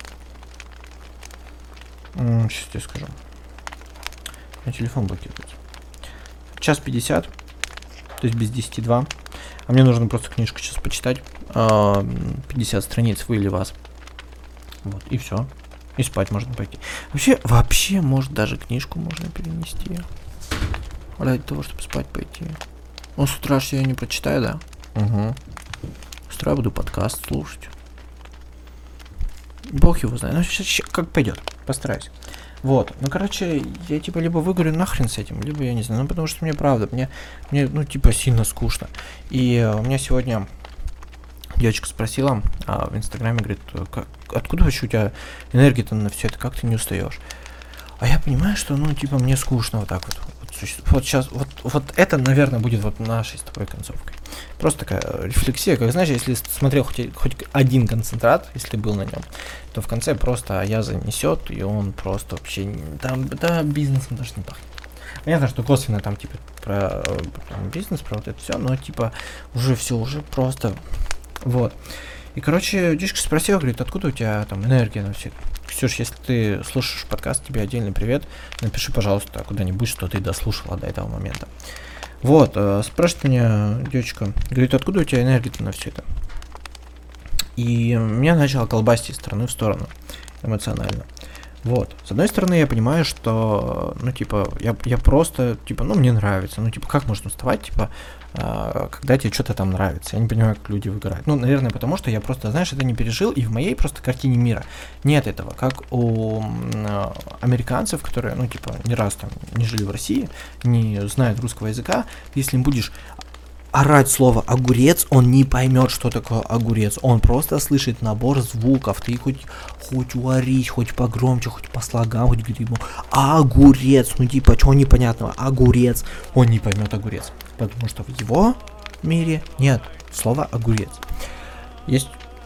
М-м, сейчас тебе скажу. У меня телефон блокируется. Час пятьдесят. То есть без десяти два. А мне нужно просто книжку сейчас почитать. Э, пятьдесят страниц вы или вас. Вот, и все. И спать можно пойти. Вообще, вообще, может, даже книжку можно перенести. Ради того, чтобы спать пойти. Ну, с утра же я ее не прочитаю, да? Угу. С утра буду подкаст слушать. Бог его знает. Ну, сейчас, сейчас как пойдет. Постараюсь. Вот. Ну, короче, я, типа, либо выгорю нахрен с этим, либо я не знаю. Ну, потому что мне, правда, мне, мне ну, типа, сильно скучно. И uh, у меня сегодня... Девочка спросила а, в инстаграме, говорит, как, откуда вообще у тебя энергия-то на все это, как ты не устаешь? А я понимаю, что, ну, типа, мне скучно вот так вот. Вот сейчас, вот, вот это, наверное, будет вот нашей с тобой концовкой. Просто такая рефлексия, как, знаешь, если смотрел хоть, хоть один концентрат, если ты был на нем, то в конце просто Ая занесет, и он просто вообще, там, да, бизнесом даже не пахнет. Понятно, что косвенно там, типа, про там, бизнес, про вот это все, но, типа, уже все, уже просто, вот. И, короче, дядюшка спросил, говорит, откуда у тебя там энергия на все. Ксюш, если ты слушаешь подкаст, тебе отдельный привет. Напиши, пожалуйста, куда-нибудь, что ты дослушала до этого момента. Вот, э, спрашивает меня девочка, говорит, откуда у тебя энергия на все это? И меня начало колбасить из стороны в сторону, эмоционально. Вот, с одной стороны, я понимаю, что, ну, типа, я, я просто, типа, ну, мне нравится, ну, типа, как можно уставать, типа, э, когда тебе что-то там нравится, я не понимаю, как люди выгорают. Ну, наверное, потому что я просто, знаешь, это не пережил, и в моей просто картине мира нет этого, как у э, американцев, которые, ну, типа, ни раз там не жили в России, не знают русского языка, если им будешь орать слово огурец, он не поймет, что такое огурец. Он просто слышит набор звуков. Ты хоть, хоть уорись, хоть погромче, хоть по слогам, хоть говори ему огурец. Ну типа, чего непонятного? Огурец. Он не поймет огурец. Потому что в его мире нет слова огурец. Есть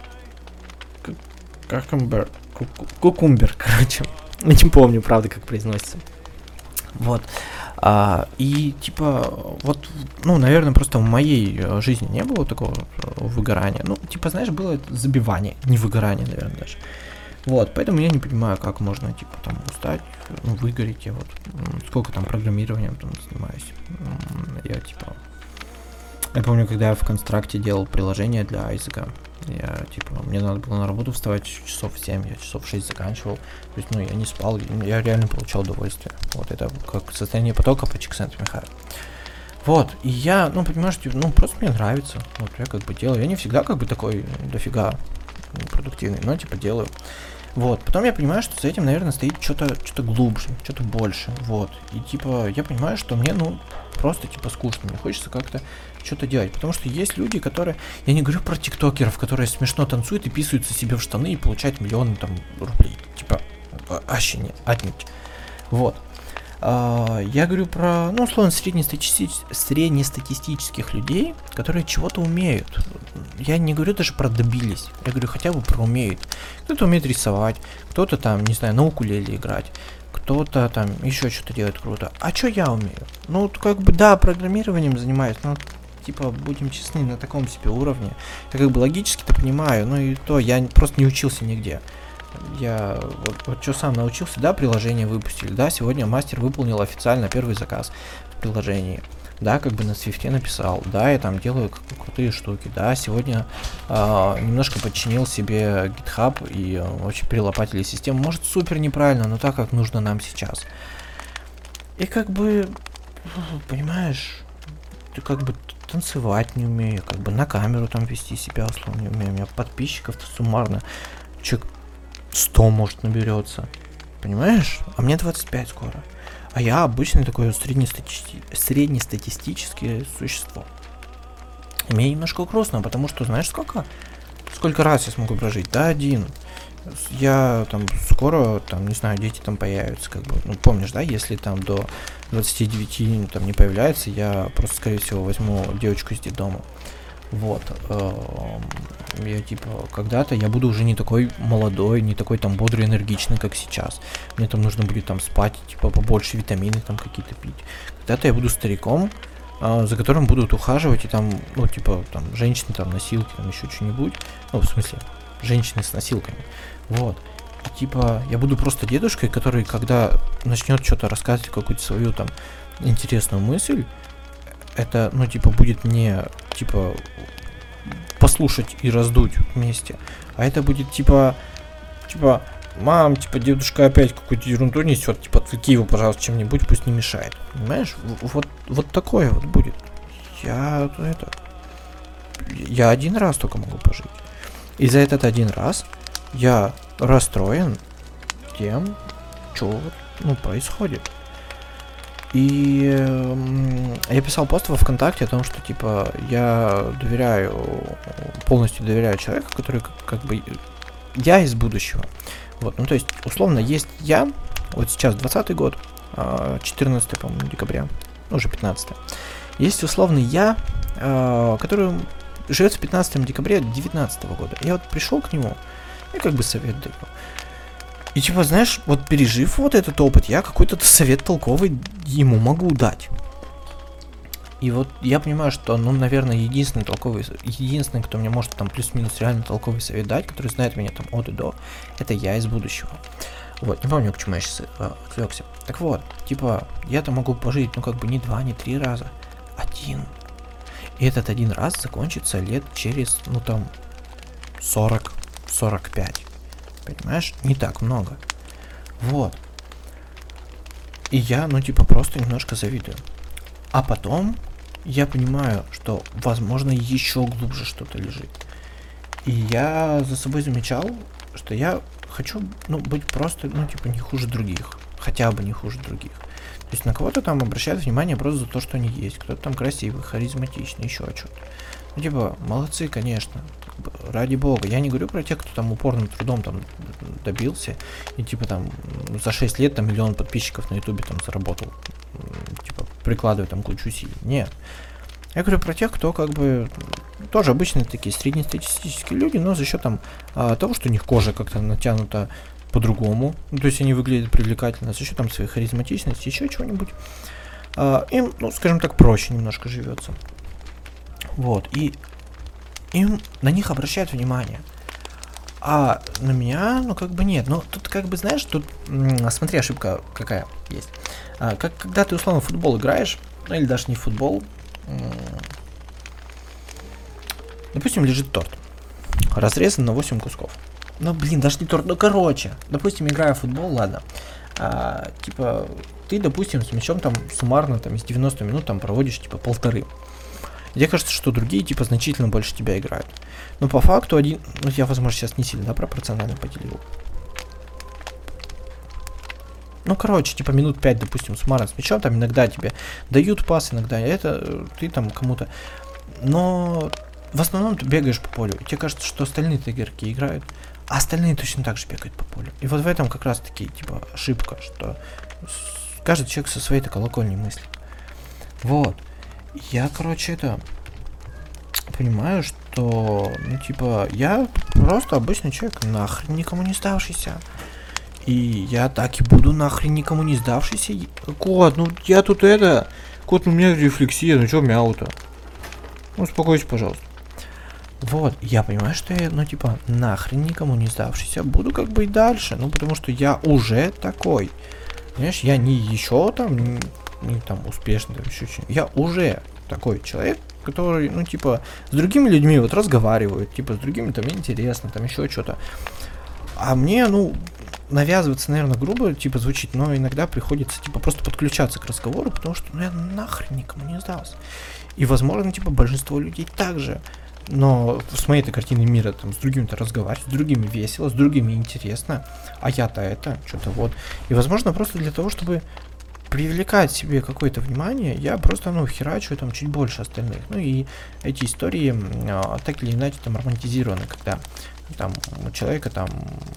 кукумбер. Кукумбер, короче. Не помню, правда, как произносится. Вот. А, и типа, вот, ну, наверное, просто в моей жизни не было такого выгорания. Ну, типа, знаешь, было это забивание, не выгорание, наверное, даже. Вот, поэтому я не понимаю, как можно, типа, там, устать, ну, выгореть. Я вот, сколько там программированием там занимаюсь. Я, типа, я помню, когда я в констракте делал приложение для языка. Я, типа, мне надо было на работу вставать часов в семь, я часов в шесть заканчивал. То есть, ну, я не спал, я реально получал удовольствие. Вот, это как состояние потока по Чиксент-Михайлу. Вот, и я, ну, понимаешь, типа, ну, просто мне нравится. Вот, я как бы делаю. Я не всегда как бы такой дофига продуктивный, но, типа, делаю. Вот, потом я понимаю, что за этим, наверное, стоит что-то что-то глубже, что-то больше. Вот, и, типа, я понимаю, что мне, ну, просто, типа, скучно. Мне хочется как-то что-то делать. Потому что есть люди, которые... Я не говорю про тиктокеров, которые смешно танцуют и писаются себе в штаны и получают миллионы там рублей. Типа, вообще нет, отнюдь. Вот. А, я говорю про, ну, условно, среднестатистич... среднестатистических людей, которые чего-то умеют. Я не говорю даже про добились. Я говорю хотя бы про умеют. Кто-то умеет рисовать, кто-то там, не знаю, на укулеле играть. Кто-то там еще что-то делает круто. А что я умею? Ну, как бы, да, программированием занимаюсь, но, типа, будем честны, на таком себе уровне. Я как бы логически-то понимаю, но и то я просто не учился нигде. Я вот, вот что сам научился, да, приложение выпустили, да, сегодня мастер выполнил официально первый заказ в приложении. Да, как бы на Свифте написал, да, я там делаю крутые штуки, да, сегодня э, немножко подчинил себе GitHub и э, очень перелопатили систему, может супер неправильно, но так, как нужно нам сейчас. И как бы, понимаешь, ты как бы танцевать не умею, как бы на камеру там вести себя условно не умею, у меня подписчиков-то суммарно человек сто может наберется, понимаешь, а мне двадцать пять скоро. А я обычный такой среднестати... среднестатистическое существо. И мне немножко грустно, потому что, знаешь, сколько? Сколько раз я смогу прожить? Да, один. Я там скоро, там, не знаю, дети там появятся, как бы, ну, помнишь, да, если там до двадцати девяти там не появляется, я просто, скорее всего, возьму девочку из детдома. Вот, я типа, когда-то я буду уже не такой молодой, не такой там бодрый, энергичный, как сейчас. Мне там нужно будет там спать, типа, побольше витамины там какие-то пить. Когда-то я буду стариком, за которым будут ухаживать, и там, ну, типа, там, женщины, там, носилки, там, еще что-нибудь. Ну, в смысле, женщины с носилками. Вот. И, типа, я буду просто дедушкой, который, когда начнет что-то рассказывать, какую-то свою там интересную мысль, это, ну, типа, будет не, типа, послушать и раздуть вместе, а это будет, типа, типа, мам, типа, дедушка опять какую-то ерунду несет, типа, отвлеки его, пожалуйста, чем-нибудь, пусть не мешает, понимаешь? Вот, вот такое вот будет. Я, это, я один раз только могу пожить. И за этот один раз я расстроен тем, что, ну, происходит. И э, я писал пост во ВКонтакте о том, что, типа, я доверяю, полностью доверяю человеку, который как, как бы, я из будущего. Вот, ну, то есть, условно, есть я, вот сейчас двадцатый год, четырнадцатое, по-моему, декабря, ну, уже пятнадцатое. Есть условный я, который живет в пятнадцатом декабре девятнадцатого года. Я вот пришел к нему и как бы совет даю. И типа, знаешь, вот пережив вот этот опыт, я какой-то совет толковый ему могу дать. И вот я понимаю, что, ну, наверное, единственный толковый, единственный, кто мне может там плюс-минус реально толковый совет дать, который знает меня там от и до, это я из будущего. Вот, не помню, к чему я сейчас э, отвлекся. Так вот, типа, я-то могу пожить, ну, как бы не два, не три раза, один. И этот один раз закончится лет через, ну, там, сорок сорок пять. Понимаешь? Не так много. Вот. И я, ну, типа, просто немножко завидую. А потом я понимаю, что, возможно, еще глубже что-то лежит. И я за собой замечал, что я хочу, ну, быть просто, ну, типа, не хуже других. Хотя бы не хуже других. То есть на кого-то там обращают внимание просто за то, что они есть. Кто-то там красивый, харизматичный, еще что-то. Ну, типа, молодцы, конечно. Ради бога. Я не говорю про тех, кто там упорным трудом там добился. И типа там за шесть лет там миллион подписчиков на ютубе там заработал. Типа, прикладывая там кучу усилий. Нет. Я говорю про тех, кто как бы тоже обычные такие среднестатистические люди, но за счет там того, что у них кожа как-то натянута по-другому, ну, то есть они выглядят привлекательно, за счет там своей харизматичности, еще чего-нибудь, а, им, ну, скажем так, проще немножко живется. Вот, и им на них обращают внимание. А на меня, ну, как бы нет. Ну, тут, как бы, знаешь, тут, м- смотри, ошибка какая есть. А, как, когда ты, условно, в футбол играешь, ну, или даже не в футбол, м- допустим, лежит торт, разрезан на восемь кусков. Ну, блин, даже не торт, ну, короче, допустим, играя в футбол, ладно, а, типа, ты, допустим, с мячом там суммарно там из девяноста минут там проводишь, типа, полторы. Мне кажется, что другие, типа, значительно больше тебя играют. Но по факту один, ну, я, возможно, сейчас не сильно, да, пропорционально поделил. Ну, короче, типа, минут пять, допустим, суммарно с мячом, там иногда тебе дают пас, иногда это, ты там кому-то, но в основном ты бегаешь по полю, и тебе кажется, что остальные-то игроки играют, а остальные точно так же бегают по полю. И вот в этом как раз таки, типа, ошибка, что каждый человек со своей-то колокольней мыслит. Вот. Я, короче, это понимаю, что, ну, типа, я просто обычный человек, нахрен никому не сдавшийся. И я так и буду нахрен никому не сдавшийся. Кот, ну я тут это... Кот, ну у меня рефлексия, ну чё мяу-то? Ну, успокойся, пожалуйста. Вот, я понимаю, что я, ну, типа, нахрен никому не сдавшийся, буду как бы и дальше, ну, потому что я уже такой. Понимаешь, я не еще там, не, не там успешный, там еще что-нибудь. Я уже такой человек, который, ну, типа, с другими людьми вот разговаривают, типа, с другими там интересно, там еще что-то. А мне, ну, навязываться, наверное, грубо, типа, звучит, но иногда приходится, типа, просто подключаться к разговору, потому что, ну, я нахрен никому не сдался. И, возможно, типа, большинство людей также. Но с моей-то картиной мира, там, с другими-то разговаривать, с другими весело, с другими интересно, а я-то это, что-то вот. И, возможно, просто для того, чтобы привлекать себе какое-то внимание, я просто, ну, херачу там чуть больше остальных. Ну, и эти истории а, так или иначе там романтизированы, когда там у человека там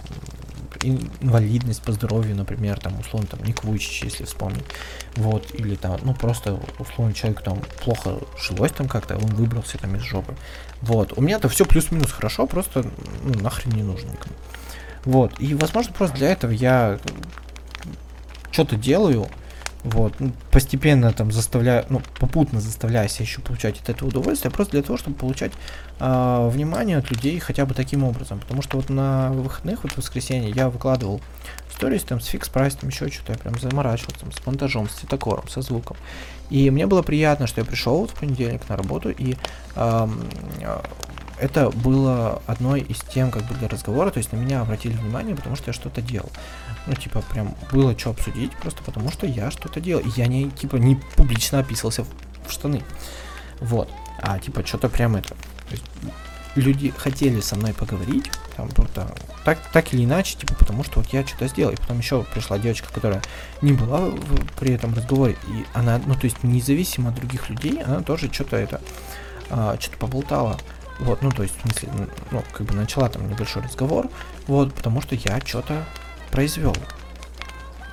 инвалидность по здоровью, например, там, условно, там, Ник Вуйчич, если вспомнить, вот, или там, ну, просто, условно, человеку там плохо жилось там как-то, он выбрался там из жопы, вот, у меня-то все плюс-минус хорошо, просто, ну, нахрен не нужно никому, вот, и, возможно, просто для этого я что-то делаю, вот, ну, постепенно там заставляю, ну, попутно заставляю себя еще получать от этого удовольствие, просто для того, чтобы получать э, внимание от людей хотя бы таким образом, потому что вот на выходных, вот в воскресенье я выкладывал сторис там с фикс прайсом, еще что-то, я прям заморачивался там, с монтажом, с цветокором, со звуком, и мне было приятно, что я пришел вот в понедельник на работу, и э, э, это было одной из тем, как бы, для разговора, то есть на меня обратили внимание, потому что я что-то делал. Ну, типа, прям было что обсудить, просто потому что я что-то делал. И я не, типа, не публично описывался в, в штаны. Вот. А, типа, что-то прям это. То есть, люди хотели со мной поговорить, там, просто так, так или иначе, типа, потому что вот я что-то сделал. И потом еще пришла девочка, которая не была в, при этом разговоре, и она, ну, то есть, независимо от других людей, она тоже что-то это, а, что-то поболтала. Вот, ну, то есть, в смысле, ну, как бы начала там небольшой разговор, вот, потому что я что-то произвел.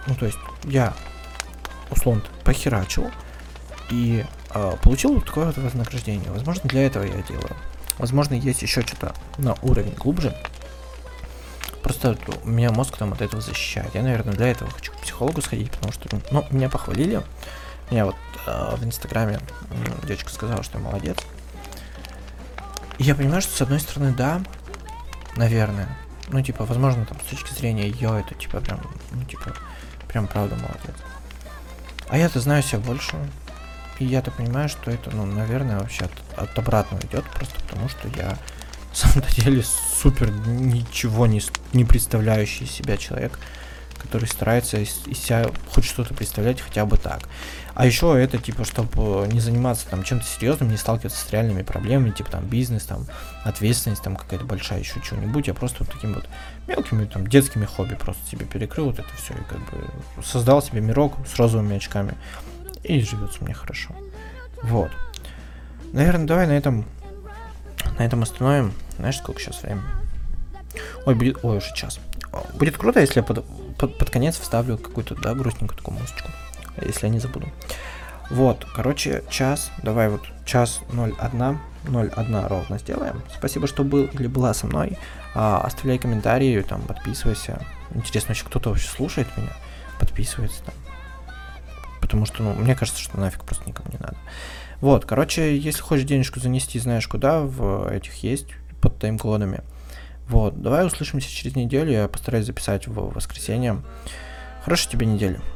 Ну, то есть, я, условно, похерачил и э, получил вот такое вот вознаграждение. Возможно, для этого я делаю. Возможно, есть еще что-то на уровень глубже. Просто у меня мозг там от этого защищает. Я, наверное, для этого хочу к психологу сходить, потому что, ну, меня похвалили. Меня вот э, в Инстаграме э, девочка сказала, что я молодец. И я понимаю, что с одной стороны, да, наверное. Ну, типа, возможно, там, с точки зрения ее, это, типа, прям, ну, типа, прям правда молодец. А я-то знаю себя больше. И я-то понимаю, что это, ну, наверное, вообще от, от обратного идет, просто потому что я, на самом деле, супер ничего не, не представляющий из себя человек, который старается из, из себя хоть что-то представлять хотя бы так. А еще это, типа, чтобы не заниматься там чем-то серьезным, не сталкиваться с реальными проблемами, типа, там, бизнес, там, ответственность, там, какая-то большая, еще чего-нибудь. Я просто вот такими вот мелкими, там, детскими хобби просто себе перекрыл вот это все и, как бы, создал себе мирок с розовыми очками. И живется мне хорошо. Вот. Наверное, давай на этом на этом остановим. Знаешь, сколько сейчас времени? Ой, будет... Ой, уже час. Будет круто, если я под, под, под конец вставлю какую-то, да, грустненькую такую музычку. Если я не забуду. Вот, короче, час. Давай вот час ноль один, ноль один ровно сделаем. Спасибо, что был или была со мной. А, оставляй комментарии, там, подписывайся. Интересно, вообще кто-то вообще слушает меня? Подписывается там. Потому что, ну, мне кажется, что нафиг просто никому не надо. Вот, короче, если хочешь денежку занести, знаешь куда, в этих есть, под тайм-кодами. Вот, давай услышимся через неделю, я постараюсь записать в воскресенье. Хорошей тебе недели.